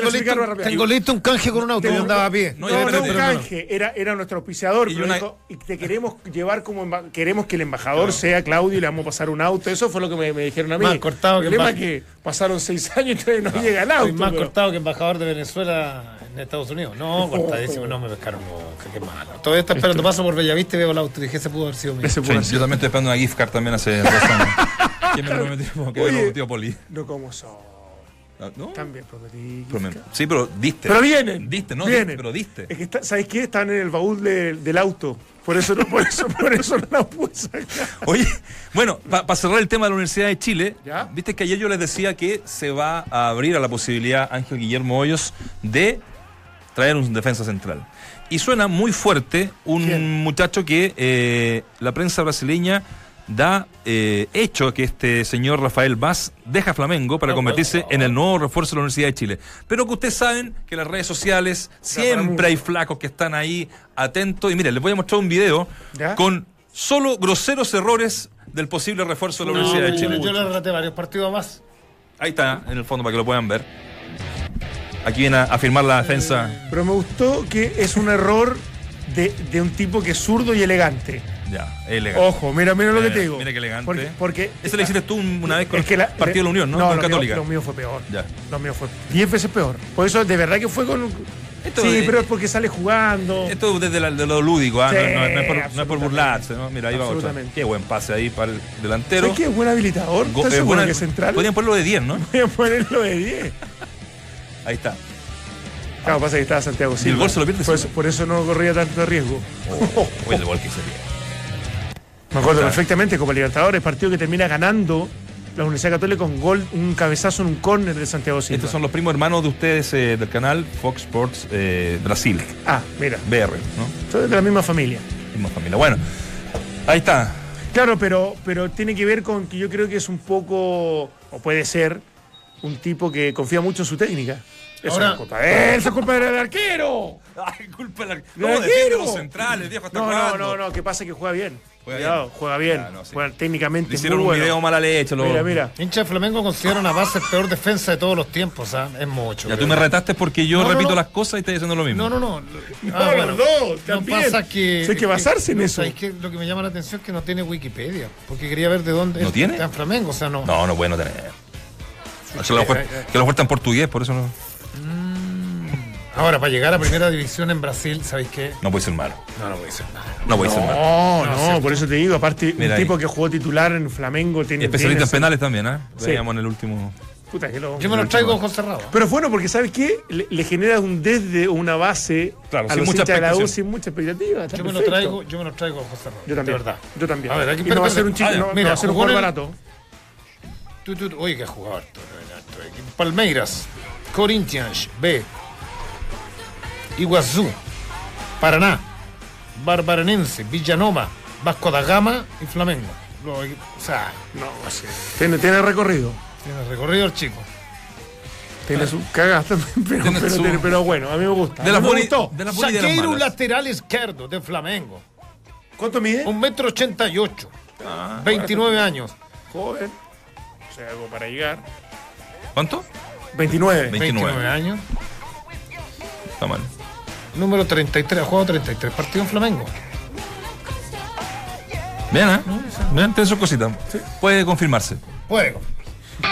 Tengo listo un canje con un auto. Yo andaba a pie. No un canje. Era nuestro auspiciador. Y te queremos llevar queremos que el embajador sea Claudio y le vamos a pasar un auto. Eso fue lo que me dijeron a mí. El problema es que pasaron 6 años y todavía no llega el auto. Más cortado que embajador de Venezuela en Estados Unidos. No, cortadísimo. No me pescaron. Qué malo. Todavía está esperando. Paso por Bellavista y veo el auto. Dije, ese pudo haber sido mío. Yo también estoy esperando una gift card también hace 2 años. ¿Quién me lo prometió? Que me lo prometió Poli. No como son. ¿No? También prometí. Sí, pero diste. Pero vienen. Diste, ¿no? Vienen. Pero diste. Es que ¿sabes qué? Están en el baúl del auto. Por eso no la pude sacar. Oye, bueno, para cerrar el tema de la Universidad de Chile, ¿ya? Viste que ayer yo les decía que se va a abrir a la posibilidad, Ángel Guillermo Hoyos, de traer un defensa central. Y suena muy fuerte un muchacho que la prensa brasileña da hecho que este señor Rafael Vaz deja Flamengo para convertirse en el nuevo refuerzo de la Universidad de Chile. Pero que ustedes saben que en las redes sociales siempre hay flacos que están ahí atentos. Y miren, les voy a mostrar un video con solo groseros errores del posible refuerzo de la Universidad de Chile. Yo le relaté varios partidos más. Ahí está, en el fondo, para que lo puedan ver. Aquí viene a firmar la defensa. Pero me gustó que es un error de un tipo que es zurdo y elegante. Ya, elegante. Ojo, mira lo que te digo. Mira qué elegante. Porque ese le hiciste tú una vez con el partido de la Unión, ¿no? Con Católica. Lo mío fue peor. Ya. Lo mío fue 10 veces peor. Por eso, de verdad que fue con... pero es porque sale jugando. Esto desde de lo lúdico, sí, no es por burlarse, ¿no? Mira, ahí va otro. Qué buen pase ahí para el delantero. ¿Sabes qué? Es buen habilitador. ¿Estás seguro que es central? Podrían ponerlo de 10, ¿no? Podrían ponerlo de 10. Ahí está. Claro, pasa que estaba Santiago Silva. Y el gol se lo pierde. Por eso no corría tanto riesgo. El gol que sería. Me acuerdo perfectamente, Copa Libertadores, partido que termina ganando la Universidad Católica con gol, un cabezazo en un córner de Santiago Silva. Estos son los primos hermanos de ustedes del canal Fox Sports Brasil. Mira. BR, ¿no? Son de la misma familia. Bueno, ahí está. Claro, pero tiene que ver con que yo creo que es un poco, o puede ser, un tipo que confía mucho en su técnica. Eso es culpa del arquero. Ay, culpa del arquero. No, defiende los centrales, viejo, hasta cuándo. No, que pasa que juega bien. Juega bien. Juega técnicamente. Le hicieron un video mala leche. Mira. Hincha de Flamengo considera una base peor defensa de todos los tiempos, es mucho. Ya tú me retaste porque yo repito las cosas y estás diciendo lo mismo. No, pasa que hay que basarse en eso. Es que lo que me llama la atención es que no tiene Wikipedia, porque quería ver de dónde ¿No tiene? Está en Flamengo, no. No puede no tener. Que lo fuerza en portugués, por eso no. Ahora, para llegar a primera división en Brasil, ¿sabéis qué? No puede ser malo. No puede ser malo. No puede ser malo. No, por eso te digo, aparte, un tipo que jugó titular en Flamengo tiene. Especialista en penales también, Sí. Veíamos en el último. Yo me lo traigo ojos cerrados. Pero bueno, porque ¿sabes qué? Le genera un desde una base a los hinchas de la U sin mucha expectativa. Yo me lo traigo ojos cerrados. Yo también. De verdad. Yo también. A ver, aquí no va a ser un chico, mira, va a ser un jugador barato. Oye, qué jugador. Palmeiras, Corinthians, B. Iguazú, Paraná, Barbarenense, Villanova, Vasco da Gama y Flamengo. Tiene recorrido. Tiene recorrido el chico. Tiene su cagadas también, pero bueno, a mí me gusta. De la Zagueiro lateral izquierdo de Flamengo. ¿Cuánto mide? 1,88 m. 29 años. Joven. O sea, algo para llegar. ¿Cuánto? 29 años. Está mal. Número 33, ha jugado 33 partidos en Flamengo. Bien, Vean, tiene sus cositas. Sí. Puede confirmarse. Puede.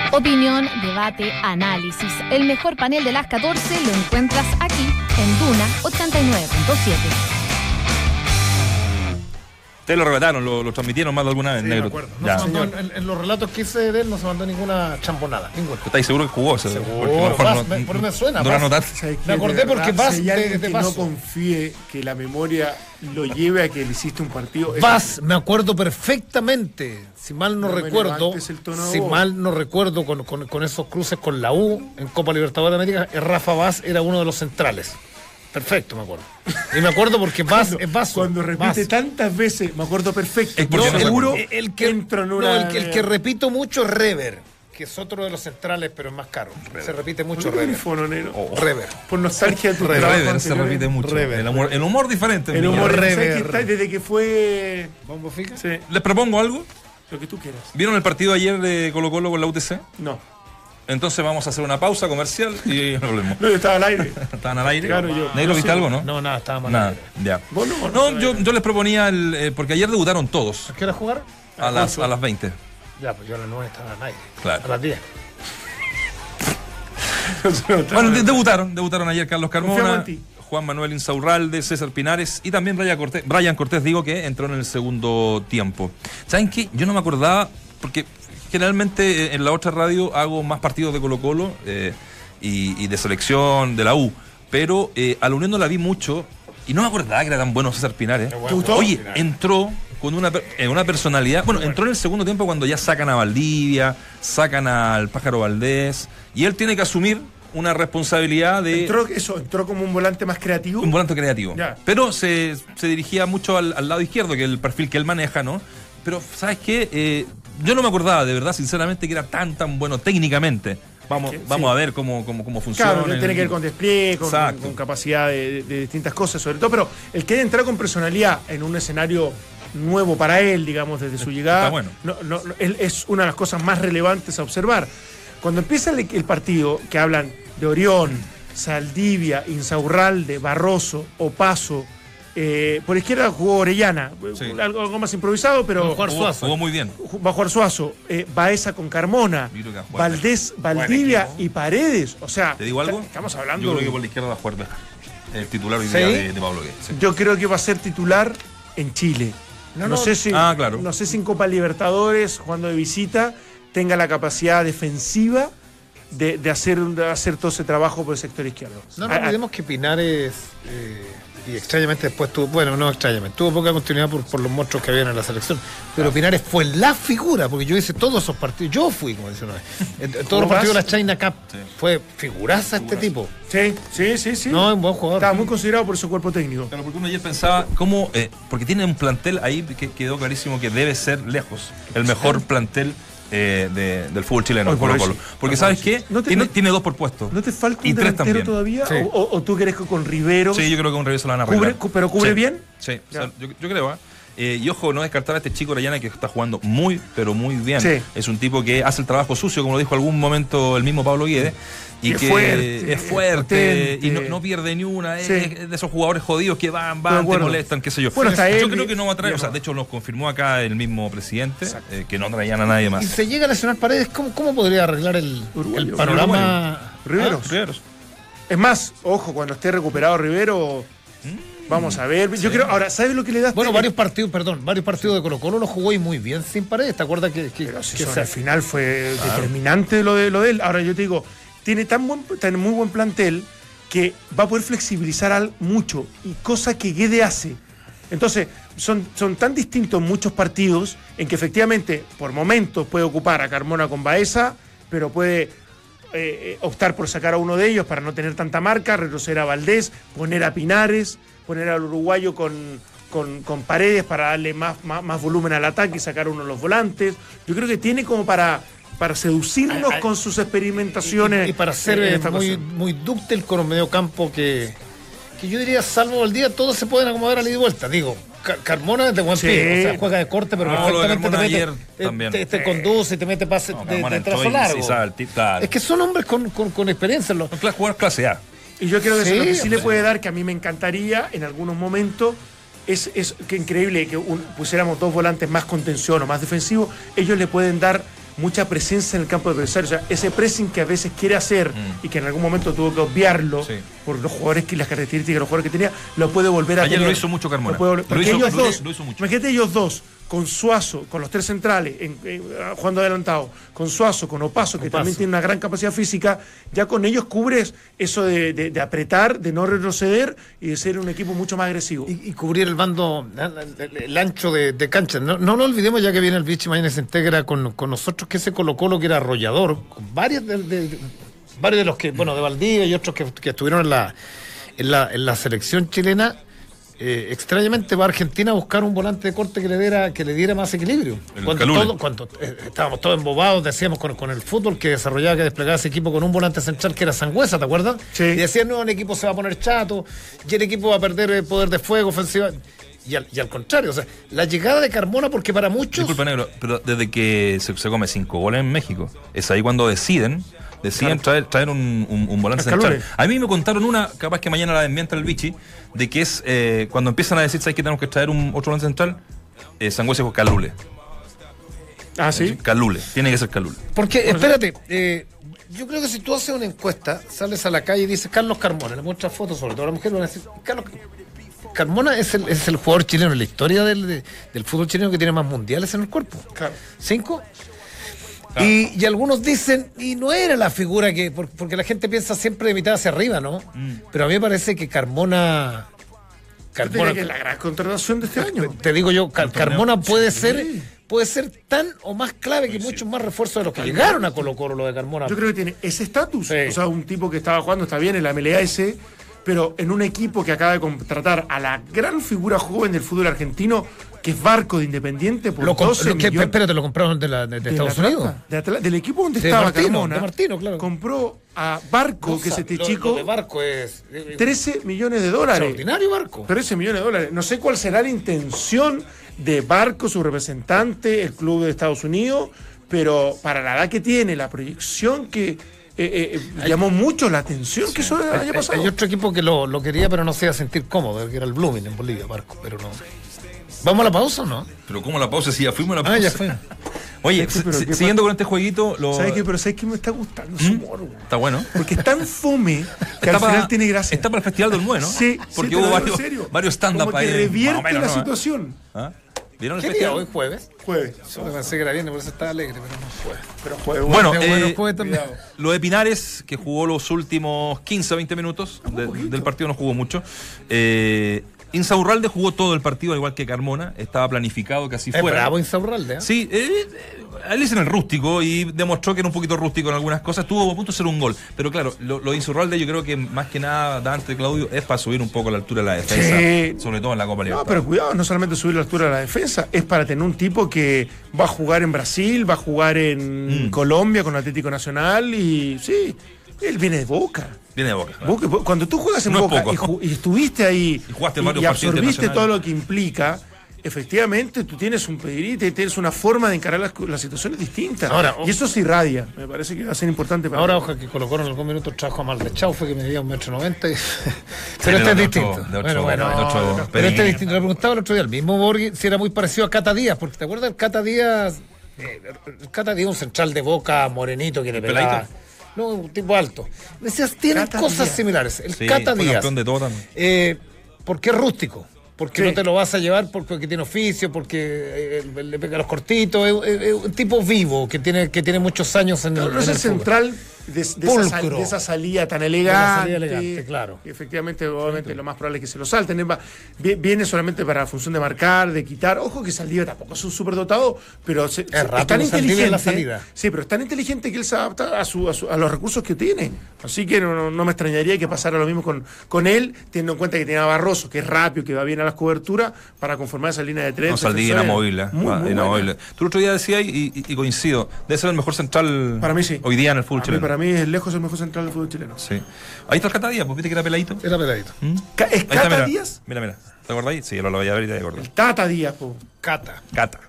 Opinión, debate, análisis. El mejor panel de las 14 lo encuentras aquí en Duna 89.7. Ustedes lo relataron, lo transmitieron más de alguna vez, Sí, negro. me acuerdo. No se mandó, en los relatos que hice de él no se mandó ninguna champonada. Ninguna. ¿Estáis seguros que jugó? Seguro. Por me suena. No lo anotaste. Me acordé porque Vaz si hay alguien de que paso. no confíe que la memoria lo lleve a que le hiciste un partido. Vaz, me acuerdo perfectamente. Si mal no me recuerdo, levantes el tono de voz. con esos cruces con la U en Copa Libertadores de América, Rafa Vaz era uno de los centrales. Perfecto, me acuerdo. Y me acuerdo porque Vaz es Vaz. Cuando repite tantas veces, me acuerdo perfecto. Es porque Yo no se seguro acuerda. el que entro en una... el que repito mucho es Rever, que es otro de los centrales, pero es más caro. Se repite mucho Rever. Rever. Por nostalgia de tu Rever trabajo se anterior. repite mucho. Rever. El humor diferente. El mío. humor Rever. desde que fue... ¿Bombo fica? Sí, Les propongo algo. lo que tú quieras. ¿Vieron el partido ayer de Colo-Colo con la UTC? No. Entonces vamos a hacer una pausa comercial y volvemos. No, yo estaba al aire. ¿Estaban al aire? Claro, yo. ¿Negro, viste algo, no? No, nada, estaba mal. Nada, ya. ¿Vos no? No, yo les proponía, porque ayer debutaron todos ¿A qué hora jugar? a las 20. Ya, pues yo a las 9 estaba al aire. Claro. A las 10. Bueno, debutaron ayer Carlos Confiamos Carmona, en ti. Juan Manuel Insaurralde, César Pinares y también Brian Cortés, digo, que entró en el segundo tiempo. ¿Saben qué? Yo no me acordaba, porque generalmente en la otra radio hago más partidos de Colo-Colo y de selección de la U, pero a la Unión no la vi mucho y no me acordaba que era tan bueno César Pinares. ¿Te gustó? Oye, entró con una personalidad. Bueno, entró en el segundo tiempo cuando ya sacan a Valdivia, sacan al Pájaro Valdés y él tiene que asumir una responsabilidad de... Entró como un volante más creativo. Un volante creativo. Ya. Pero se dirigía mucho al lado izquierdo, que es el perfil que él maneja, ¿no? Pero, ¿sabes qué? Yo no me acordaba, de verdad, sinceramente, que era tan bueno técnicamente. Vamos a ver cómo funciona. Claro, tiene que ver con despliegue, con capacidad de distintas cosas, sobre todo. Pero el que entra con personalidad en un escenario nuevo para él, digamos, desde su llegada, bueno. Él es una de las cosas más relevantes a observar. Cuando empieza el partido, que hablan de Orión, Saldivia, Insaurralde, Barroso, Opaso, por izquierda jugó Orellana, Sí. algo más improvisado, pero Jugó muy bien. va a jugar Suazo, Baeza con Carmona, Yo creo que va a jugar Valdés, Valdivia y Paredes. O sea, ¿Te digo algo? estamos hablando. Yo creo que por la izquierda va a jugar el titular hoy ¿Sí? día de Pablo Guedes. Sí. Yo creo que va a ser titular en Chile. No sé si claro. no sé si en Copa Libertadores, jugando de visita, tenga la capacidad defensiva de hacer todo ese trabajo por el sector izquierdo. No nos olvidemos que Pinares, y extrañamente después tuvo poca continuidad por los monstruos que habían en la selección. Pero Pinares fue la figura, porque yo hice todos esos partidos. Yo fui, como dice una vez. En todos los partidos de la China Cup. Sí. Fue figuraza este tipo. Sí. No, es un buen jugador. Estaba muy considerado por su cuerpo técnico. Pero porque uno ayer pensaba cómo, porque tiene un plantel ahí que quedó clarísimo que debe ser lejos el mejor plantel del fútbol chileno, Hoy por Colo-Colo. hoy sí. Porque ¿sabes qué? No te- Tiene 2 por puesto. ¿No te falta Y un 3 delantero también. todavía? Sí. ¿O tú crees que con Rivero? Sí, yo creo que un revés se lo van a arreglar. ¿Pero cubre Sí. bien? Sí, Ya. o sea, yo creo, y ojo, no descartar a este chico Orellana que está jugando muy, pero muy bien. Sí. Es un tipo que hace el trabajo sucio, como lo dijo algún momento el mismo Pablo Guedes. Y es que fuerte, es fuerte potente. y no pierde ni una. Sí. Es de esos jugadores jodidos que van, De te acuerdo. molestan, qué sé yo. Bueno, hasta yo él creo que no va a traer, y o sea, demás. de hecho nos confirmó acá el mismo presidente que no traían a nadie Y más. se llega a lesionar Paredes, ¿cómo podría arreglar el Uruguayo. panorama? Riveros. Riveros. Es más, ojo, cuando esté recuperado Rivero, vamos a ver. Yo creo, ahora, ¿sabes lo que le da? Bueno, varios partidos de Colo-Colo lo jugó y muy bien sin Paredes. ¿Te acuerdas que Pero si que eso se- al final fue determinante lo de él. Ahora yo te digo, tiene tan muy buen plantel que va a poder flexibilizar mucho, y cosa que Guede hace. Entonces, son tan distintos muchos partidos en que efectivamente por momentos puede ocupar a Carmona con Baeza, pero puede optar por sacar a uno de ellos para no tener tanta marca, retroceder a Valdés, poner a Pinares, poner al uruguayo con Paredes para darle más volumen al ataque y sacar uno de los volantes. Yo creo que tiene como para seducirnos con sus experimentaciones. y para ser en esta muy, ocasión. muy dúctil con un mediocampo que yo diría, salvo el día, todos se pueden acomodar a la ida y vuelta. Digo, Carmona es de buen Sí. pie, o sea, juega de corte, pero No, lo de perfectamente Carmona te ayer mete, también. te conduce y te mete pase No, de Carmona entró trazo y largo. sí sabe el tip, claro. Es que son hombres con experiencia. Jugar clase A. Y yo creo que eso Sí, es lo que sí le hombre. puede dar, que a mí me encantaría en algunos momentos, es que increíble que pusiéramos 2 volantes más contención o más defensivos. Ellos le pueden dar mucha presencia en el campo adversario. O sea, ese pressing que a veces quiere hacer y que en algún momento tuvo que obviarlo por los jugadores y las características de los jugadores que tenía, lo puede volver a tener. Ayer lo hizo mucho Carmona. Lo hizo mucho. Imagínate ellos dos, con Suazo, con los 3 centrales, jugando adelantado, con Suazo, con Opaso, que también tiene una gran capacidad física, ya con ellos cubres eso de apretar, de no retroceder y de ser un equipo mucho más agresivo. Y cubrir el bando, el ancho de cancha. No nos olvidemos, ya que viene el Vichy, mañana se integra con nosotros, que ese Colo-Colo que era arrollador, con varios de los que, bueno, de Valdivia y otros que estuvieron en la selección chilena. Extrañamente va a Argentina a buscar un volante de corte que le diera más equilibrio. Cuando estábamos todos embobados, decíamos con el fútbol que desarrollaba, que desplegaba ese equipo con un volante central que era Sangüesa, ¿te acuerdas? Sí. Y decían, no, el equipo se va a poner chato, y el equipo va a perder el poder de fuego, ofensiva. Y al contrario, o sea, la llegada de Carmona, porque para muchos... Disculpa, negro, pero desde que se come 5 goles en México, es ahí cuando deciden traer un volante central. A mí me contaron una, capaz que mañana la desmienta el Vichy, de que es cuando empiezan a decir, ¿sabes que tenemos que traer otro volante central? Sangüesa con Calule. Ah, ¿sí? Calule, tiene que ser Calule. Porque, espérate, yo creo que si tú haces una encuesta, sales a la calle y dices Carlos Carmona, le muestras fotos, sobre todo a la mujer, van a decir, Carmona es el jugador chileno en la historia del fútbol chileno que tiene más mundiales en el cuerpo. Claro. 5. Claro. Y algunos dicen, y no era la figura que... Porque la gente piensa siempre de mitad hacia arriba, ¿no? Pero a mí me parece que Carmona que es la gran contratación de este año. Te digo yo, Carmona puede ser tan o más clave que muchos más refuerzos de los que llegaron a Colo-Colo, lo de Carmona. Yo creo que tiene ese estatus. O sea, un tipo que estaba jugando, está bien en la MLS, pero en un equipo que acaba de contratar a la gran figura joven del fútbol argentino, que es Barco de Independiente, por 12 millones. Espérate, ¿lo compraron de Estados Unidos. Del equipo donde estaba Carmona. De Martino, claro. Compró a Barco, que es este chico. Lo de Barco es... 13 millones de dólares. Extraordinario Barco. 13 millones de dólares. No sé cuál será la intención de Barco, su representante, el club de Estados Unidos, pero para la edad que tiene, la proyección que... llamó mucho la atención que eso haya pasado. Hay otro equipo que lo quería, pero no se iba a sentir cómodo, que era el Blooming en Bolivia, Barco, pero no. ¿Vamos a la pausa o no? Pero ¿cómo la pausa? Si ya fuimos a la pausa. Ya fue. Oye, siguiendo con este jueguito... ¿Sabes qué? Pero ¿sabes qué me está gustando su humor? Está bueno. Porque es tan fome que al final tiene gracia. Está para el Festival del Humor, ¿no? Sí. Porque hubo varios stand-up ahí. Como que revierte la situación. ¿Ah? ¿Vieron el ¿Qué festival? día hoy? ¿Jueves? Jueves. Yo pensé que era viernes, por eso estaba alegre, pero no jueves. Pero jueves. Bueno, jueves también. Lo de Pinares, que jugó los últimos 15-20 minutos del partido, no jugó mucho. Insaurralde jugó todo el partido, al igual que Carmona. Estaba planificado que así fuera. Bravo Insaurralde, ¿eh? Sí, él es en el rústico y demostró que era un poquito rústico en algunas cosas. Estuvo a punto de hacer un gol. Pero claro, lo de Insaurralde yo creo que más que nada, Dante, Claudio, es para subir un poco la altura de la defensa. Sobre todo en la Copa Libertadores. No, pero cuidado, no solamente subir la altura de la defensa, es para tener un tipo que va a jugar en Brasil, va a jugar en Colombia con Atlético Nacional y sí, él viene de Boca. Viene de Boca. Cuando tú juegas en Boca y estuviste ahí y absorbiste todo lo que implica, efectivamente tú tienes un pedigrí, tienes una forma de encarar las situaciones distintas. Y eso se irradia. Me parece que va a ser importante para ahora, ojalá que colocó en algún minuto trajo a Maldechaufe, que medía 1,90 m. Pero este es distinto. Pero este es distinto. Le preguntaba el otro día al mismo Borghi si era muy parecido a Cata Díaz, porque ¿te acuerdas del Cata Díaz? El Cata Díaz, un central de Boca, morenito, que le pegaba. No, un tipo alto. Me decías, tienen cosas similares. El Cata Díaz. Campeón de todo también. Porque es rústico. Porque no te lo vas a llevar porque tiene oficio, porque le pega los cortitos. Es un tipo vivo que tiene muchos años en el. No es el central de esa salida tan elegante. Claro. Efectivamente, obviamente, lo más probable es que se lo salten. Viene solamente para la función de marcar, de quitar. Ojo que Saldivia tampoco es un superdotado, pero es tan inteligente. La salida. Sí, pero es tan inteligente que él se adapta a los recursos que tiene. Así que no me extrañaría que pasara lo mismo con él, teniendo en cuenta que tiene a Barroso, que es rápido, que va bien a las coberturas, para conformar esa línea de tres. No, Saldivia inamovible. Tú el otro día decías, y coincido, debe ser el mejor central para mí, sí. Hoy día en el fútbol chileno. Para mí es lejos el mejor central del fútbol chileno. Sí. Ahí está el Cata Díaz, pues viste que era peladito. Era peladito. ¿Es Cata Díaz? Mira. ¿Te acordáis? Sí, lo voy a ver y te acordás. El Tata Díaz, po. Cata.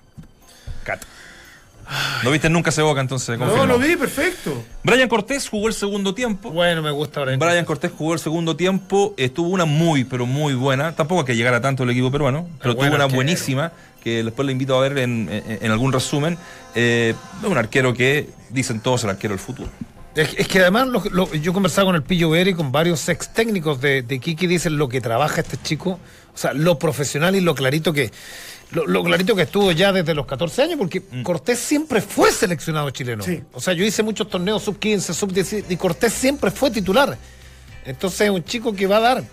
¿No viste nunca ese Boca entonces? No, lo vi, perfecto. Brian Cortés jugó el segundo tiempo. Bueno, me gusta ahora. Brian Cortés jugó el segundo tiempo. Estuvo una muy, pero muy buena. Tampoco es que llegara tanto el equipo peruano, pero tuvo una buenísima. que después lo invito a ver en algún resumen. Un arquero que dicen todos el arquero del futuro. Es que además yo conversaba con el Pillo Vera y con varios ex técnicos de Iquique, dicen lo que trabaja este chico, o sea, lo profesional y lo clarito que estuvo ya desde los 14 años, porque Cortés siempre fue seleccionado chileno. Sí. O sea, yo hice muchos torneos sub-15, sub-10 y Cortés siempre fue titular. Entonces es un chico que va a dar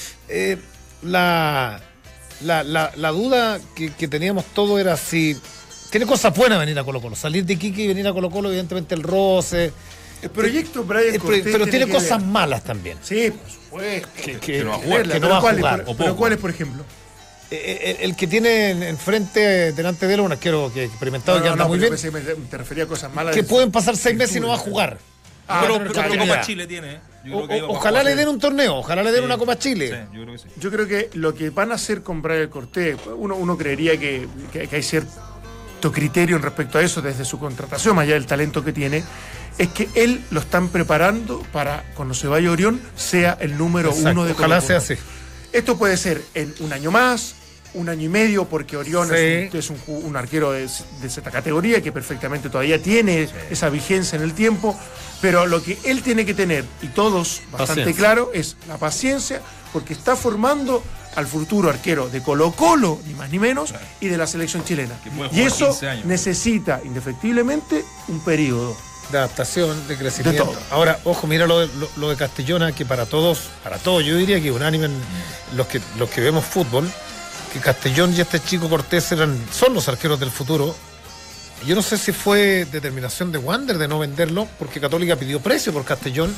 la duda que teníamos todos era si tiene cosas buenas venir a Colo-Colo, salir de Iquique y venir a Colo-Colo, evidentemente el roce. El proyecto Brian Cortés pero tiene cosas malas también. Sí, por supuesto. Que no va a jugar. Que no va a jugar. Pero ¿cuáles, por ejemplo? El que tiene enfrente, delante de él, un arquero que experimentado, que anda muy bien. Te refería a cosas malas. Que pueden pasar 6 meses y no va a jugar. Pero Copa Chile tiene. Ojalá le den un torneo, ojalá le den una Copa Chile. Sí, yo creo que sí. Yo creo que lo que van a hacer con Brian Cortés, uno creería que hay cierto criterio en respecto a eso desde su contratación, más allá del talento que tiene, es que él lo están preparando para, cuando se vaya a Orión, sea el número 1 de Colo-Colo. Ojalá sea así. Esto puede ser en un año más, un año y medio, porque Orión es un arquero de cierta categoría que perfectamente todavía tiene esa vigencia en el tiempo, pero lo que él tiene que tener, y todos bastante claro, es la paciencia, porque está formando al futuro arquero de Colo-Colo, ni más ni menos, y de la selección chilena. Y eso necesita, indefectiblemente, un periodo de adaptación, de crecimiento. De todo. Ahora, ojo, mira lo de Castellona, que para todos, yo diría que unánime los que vemos fútbol, que Castellón y este chico Cortés son los arqueros del futuro. Yo no sé si fue determinación de Wander de no venderlo, porque Católica pidió precio por Castellón,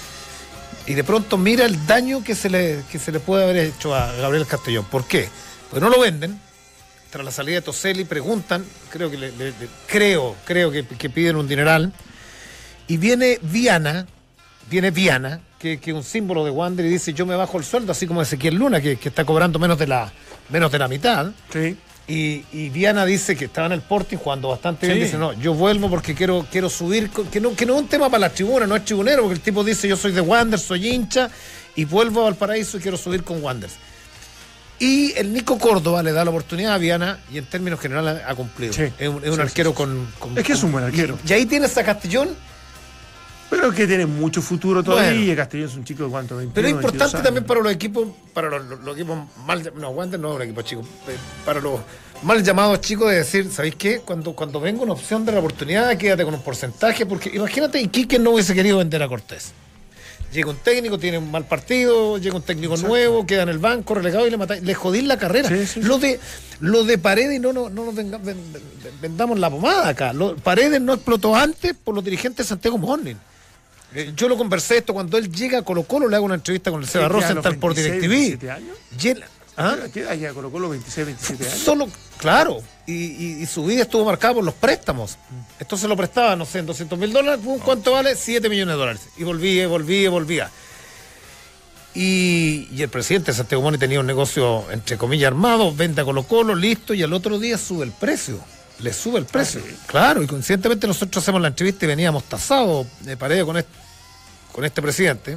y de pronto mira el daño que se le puede haber hecho a Gabriel Castellón. ¿Por qué? Porque no lo venden. Tras la salida de Toselli preguntan, creo que piden un dineral, y viene Viana, que es un símbolo de Wander, y dice: yo me bajo el sueldo, así como Ezequiel Luna, que está cobrando menos de la mitad. Sí. Y Viana dice que estaba en el Sporting jugando bastante bien, dice: no, yo vuelvo porque quiero subir, que no es un tema para la tribuna, no es tribunero, porque el tipo dice: yo soy de Wander, soy hincha, y vuelvo a Valparaíso y quiero subir con Wander. Y el Nico Córdoba le da la oportunidad a Viana, y en términos generales ha cumplido. Sí. Es un arquero con... Es que es un buen arquero. Y ahí tienes a Castellón. Pero que tiene mucho futuro todavía. Bueno, Castellón es un chico de cuánto, 21, pero es importante también para los equipos, los equipos mal... No, Wander no es un equipo chico. Para los mal llamados chicos, de decir: ¿sabéis qué? Cuando venga una opción de la oportunidad, quédate con un porcentaje, porque imagínate, Iquique no hubiese querido vender a Cortés. Llega un técnico, tiene un mal partido, llega un técnico nuevo, queda en el banco, relegado, y le jodís la carrera. Sí. Lo de Paredes, no nos vendamos la pomada acá. Paredes no explotó antes por los dirigentes de Santiago Morning. Yo lo conversé esto cuando él llega a Colo-Colo, le hago una entrevista con el Seba Rosenthal por DirecTV. 27 años. ¿Qué edad ya Colo-Colo? 26, 27 años. Solo, claro, y su vida estuvo marcada por los préstamos. Esto se lo prestaba, no sé, en $200,000. ¿Cuánto vale? $7 millones. Y volvía. Y el presidente de Santiago Morning tenía un negocio, entre comillas, armado, vende a Colo-Colo, listo, y al otro día sube el precio. Le sube el precio. Sí. Claro, y coincidentemente nosotros hacemos la entrevista y veníamos tasados de Paredes con este presidente.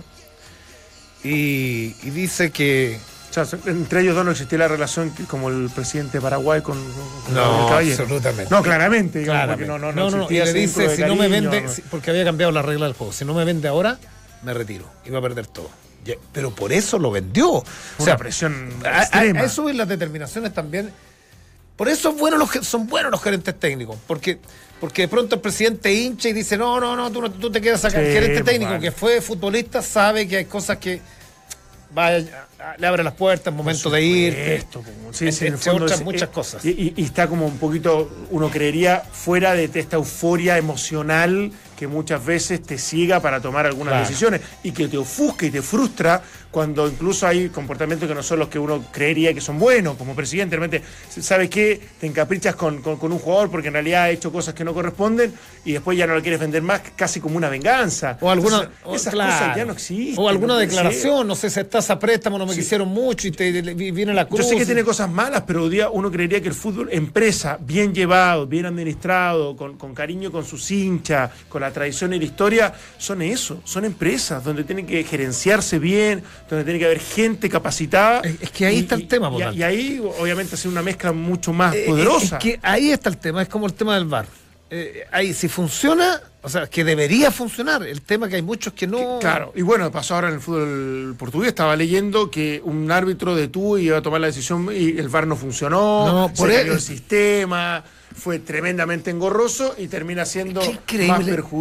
Y dice que... O sea, entre ellos dos no existía la relación como el presidente de Paraguay con el caballero. Absolutamente. No, claramente. Digamos, no. Y le dice: si no me vende, porque había cambiado la regla del juego, si no me vende ahora, me retiro. Y va a perder todo. Pero por eso lo vendió. O sea, presión extrema. A eso y las determinaciones también. Por eso son buenos los gerentes técnicos, porque de pronto el presidente hincha y dice: no, tú te quedas acá. El gerente técnico que fue futbolista sabe que hay cosas que le abre las puertas en momento de ir. Entre otras muchas cosas. Y está como un poquito, uno creería, fuera de esta euforia emocional que muchas veces te ciega para tomar algunas decisiones y que te ofusca y te frustra cuando incluso hay comportamientos que no son los que uno creería que son buenos, como presidente. Realmente, ¿sabes qué? Te encaprichas con un jugador porque en realidad ha hecho cosas que no corresponden y después ya no lo quieres vender más, casi como una venganza. O alguna... Esas cosas ya no existen. O alguna declaración, no sé si estás a préstamo, no me me quisieron mucho y viene la cruz. Yo sé que tiene cosas malas, pero uno creería que el fútbol, empresa, bien llevado, bien administrado, con cariño con sus hinchas, con la tradición y la historia, son empresas donde tienen que gerenciarse bien, donde tiene que haber gente capacitada. Es que ahí está el tema, y ahí obviamente hace una mezcla mucho más poderosa. Es que ahí está el tema, es como el tema del VAR. Ahí si funciona, o sea, que debería funcionar. El tema que hay muchos que no... Claro, y bueno, pasó ahora en el fútbol portugués, estaba leyendo que un árbitro detuvo y iba a tomar la decisión y el VAR no funcionó, se cayó el sistema, fue tremendamente engorroso y termina siendo más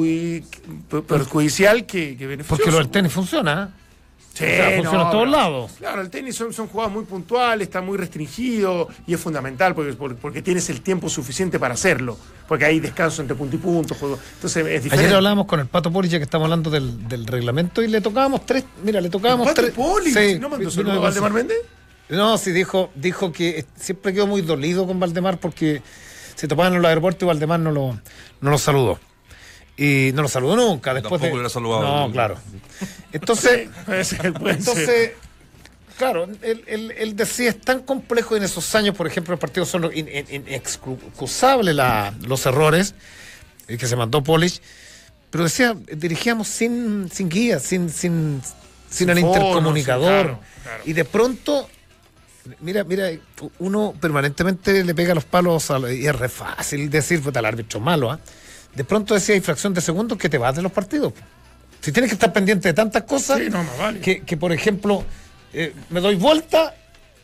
perjudicial que beneficioso. Porque lo del tenis funciona, Sí, funciona en todos lados. Claro, el tenis son jugadas muy puntuales, está muy restringido y es fundamental porque tienes el tiempo suficiente para hacerlo. Porque hay descanso entre punto y punto. Entonces es diferente. Ayer hablábamos con el Pato Polich, ya que estamos hablando del reglamento, y le tocábamos tres. Mira, le tocábamos ¿El Pato tres. Polich? Sí, ¿No mandó saludos a Valdemar Méndez? No, sí, dijo que siempre quedó muy dolido con Valdemar porque se topaban en el aeropuerto y Valdemar no lo saludó. Y no lo saludó nunca. Después tampoco le ha saludado. No, claro. Entonces, puede ser. Claro, él decía, es tan complejo en esos años, por ejemplo, los partidos son inexcusables los errores que se mandó Polich, pero decía, dirigíamos sin guía, sin el intercomunicador. Claro. Y de pronto, mira, uno permanentemente le pega los palos y es re fácil decir, puta, el árbitro malo, De pronto decía, hay fracción de segundos que te vas de los partidos. Si tienes que estar pendiente de tantas cosas, sí, más vale. que por ejemplo, me doy vuelta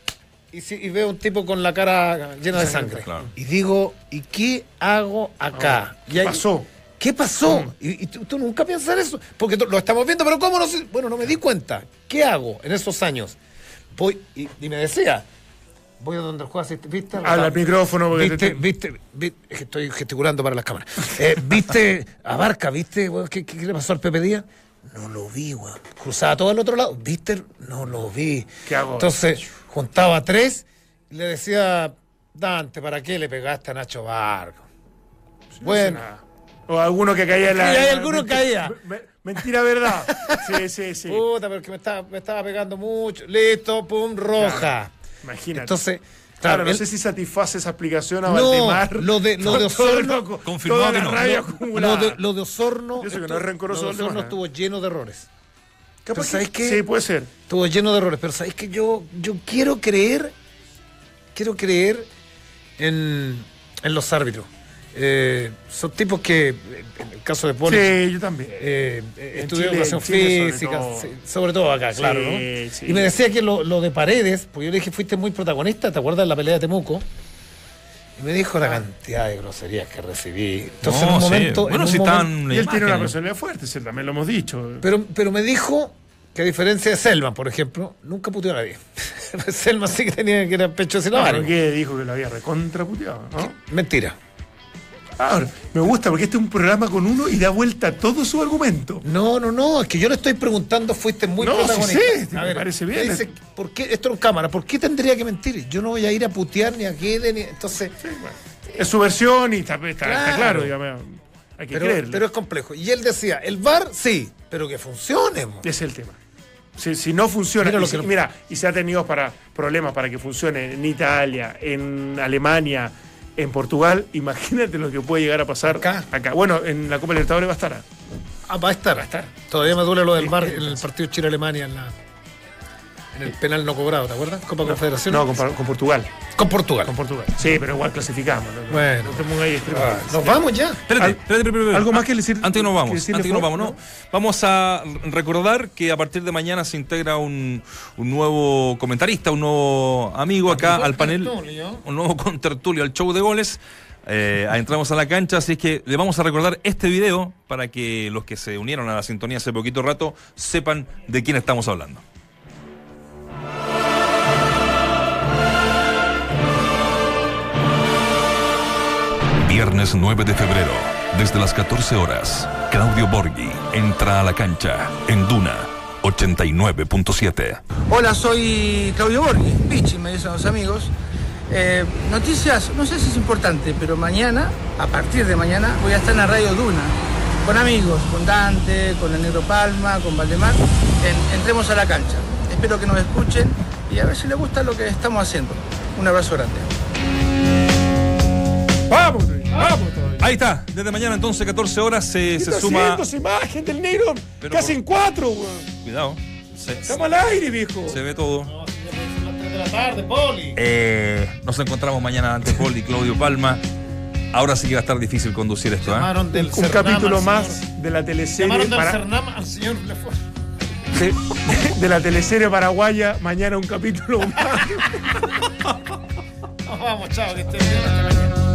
y veo un tipo con la cara llena de sangre. Claro. Y digo, ¿y qué hago acá? ¿Qué pasó? ¿Qué pasó? Y tú nunca piensas en eso, porque lo estamos viendo, pero ¿cómo no sé? Bueno, no me di cuenta. ¿Qué hago en esos años? Voy y me decía... Voy a donde el juez, ¿viste? Habla al micrófono. ¿Viste? Es que estoy gesticulando para las cámaras. ¿Viste a Barca? ¿Viste? ¿Qué le pasó al Pepe Díaz? No lo vi, weón. Cruzaba todo al otro lado. ¿Viste? No lo vi. ¿Qué hago? Entonces, juntaba a tres y le decía, Dante, ¿para qué le pegaste a Nacho Barco? Bueno. O alguno que caía en la... Sí, hay alguno que caía. Mentira, verdad. Sí. Puta, pero que me estaba pegando mucho. Listo, pum, roja. Claro. Imagínate. Entonces, claro, no sé si satisface esa explicación a Valdemar. Lo de Osorno confirmó que no. Lo de Osorno, yo sé que no es rencoroso. Lo de Osorno estuvo lleno de errores. Capaz que, ¿sabes qué? Sí, puede ser. Estuvo lleno de errores, pero ¿sabes qué? Yo quiero creer en los árbitros. Son tipos que, en el caso de Poli, sí, yo también. Estudié educación física, sobre todo acá, claro, ¿no? Sí. Y me decía que lo de Paredes, porque yo le dije, fuiste muy protagonista, ¿te acuerdas de la pelea de Temuco? Y me dijo la cantidad de groserías que recibí. Entonces, en un momento. Bueno, si están. Y él tiene una personalidad fuerte, también lo hemos dicho. Pero me dijo que, a diferencia de Selma, por ejemplo, nunca puteó a nadie. Selma sí que tenía que ir al pecho de ¿Pero qué dijo? Que lo había recontraputeado, ¿no? Mentira. Ahora, me gusta porque este es un programa con uno y da vuelta todo su argumento. No, es que yo le estoy preguntando, fuiste muy protagonista. Sí, a ver, me parece bien. Dice, ¿por qué esto en cámara? ¿Por qué tendría que mentir? Yo no voy a ir a putear ni a Guede, ni... Entonces... Sí, bueno, es su versión y está claro, digamos, hay que creerlo. Pero es complejo. Y él decía, el VAR, sí, pero que funcione. Ese es el tema. Si no funciona, y se ha tenido problemas para que funcione en Italia, en Alemania, en Portugal, imagínate lo que puede llegar a pasar acá. Bueno, en la Copa Libertadores va a estar. Va a estar. Todavía me duele lo del VAR en el partido Chile-Alemania en el penal no cobrado, ¿te acuerdas? Copa Confederación. No, con Portugal. Con Portugal. Sí, pero igual clasificamos. ¿no? Bueno. Nos vamos ya. Espérate. ¿Algo más que decir? Antes que nos vamos, vamos a recordar que a partir de mañana se integra un nuevo comentarista, un nuevo amigo acá al panel, un nuevo contertulio al show de goles. Entramos a la cancha, así es que le vamos a recordar este video para que los que se unieron a la sintonía hace poquito rato sepan de quién estamos hablando. Viernes 9 de febrero, desde las 14 horas, Claudio Borghi entra a la cancha en Duna 89.7. Hola, soy Claudio Borghi, Pichi, me dicen los amigos. Noticias, no sé si es importante, pero mañana, a partir de mañana, voy a estar en la radio Duna, con amigos, con Dante, con el Negro Palma, con Valdemar. Entremos a la cancha. espero que nos escuchen y a ver si les gusta lo que estamos haciendo. Un abrazo grande. ¡Vamos! Ahí está, desde mañana entonces 14 horas se suma. Esa imagen del negro, que hacen 4, weón. Cuidado. Estamos al aire, viejo. Se ve todo. No, si ya son las 3 de la tarde, Poli. Nos encontramos mañana ante Poli y Claudio Palma. Ahora sí que va a estar difícil conducir esto, Llamaron del Un Cernam capítulo al más señor. de la teleserie. Llamaron del Cernam al señor Lefort. De la teleserie paraguaya. Mañana un capítulo más. Nos vamos, chao, que estén bien, hasta mañana.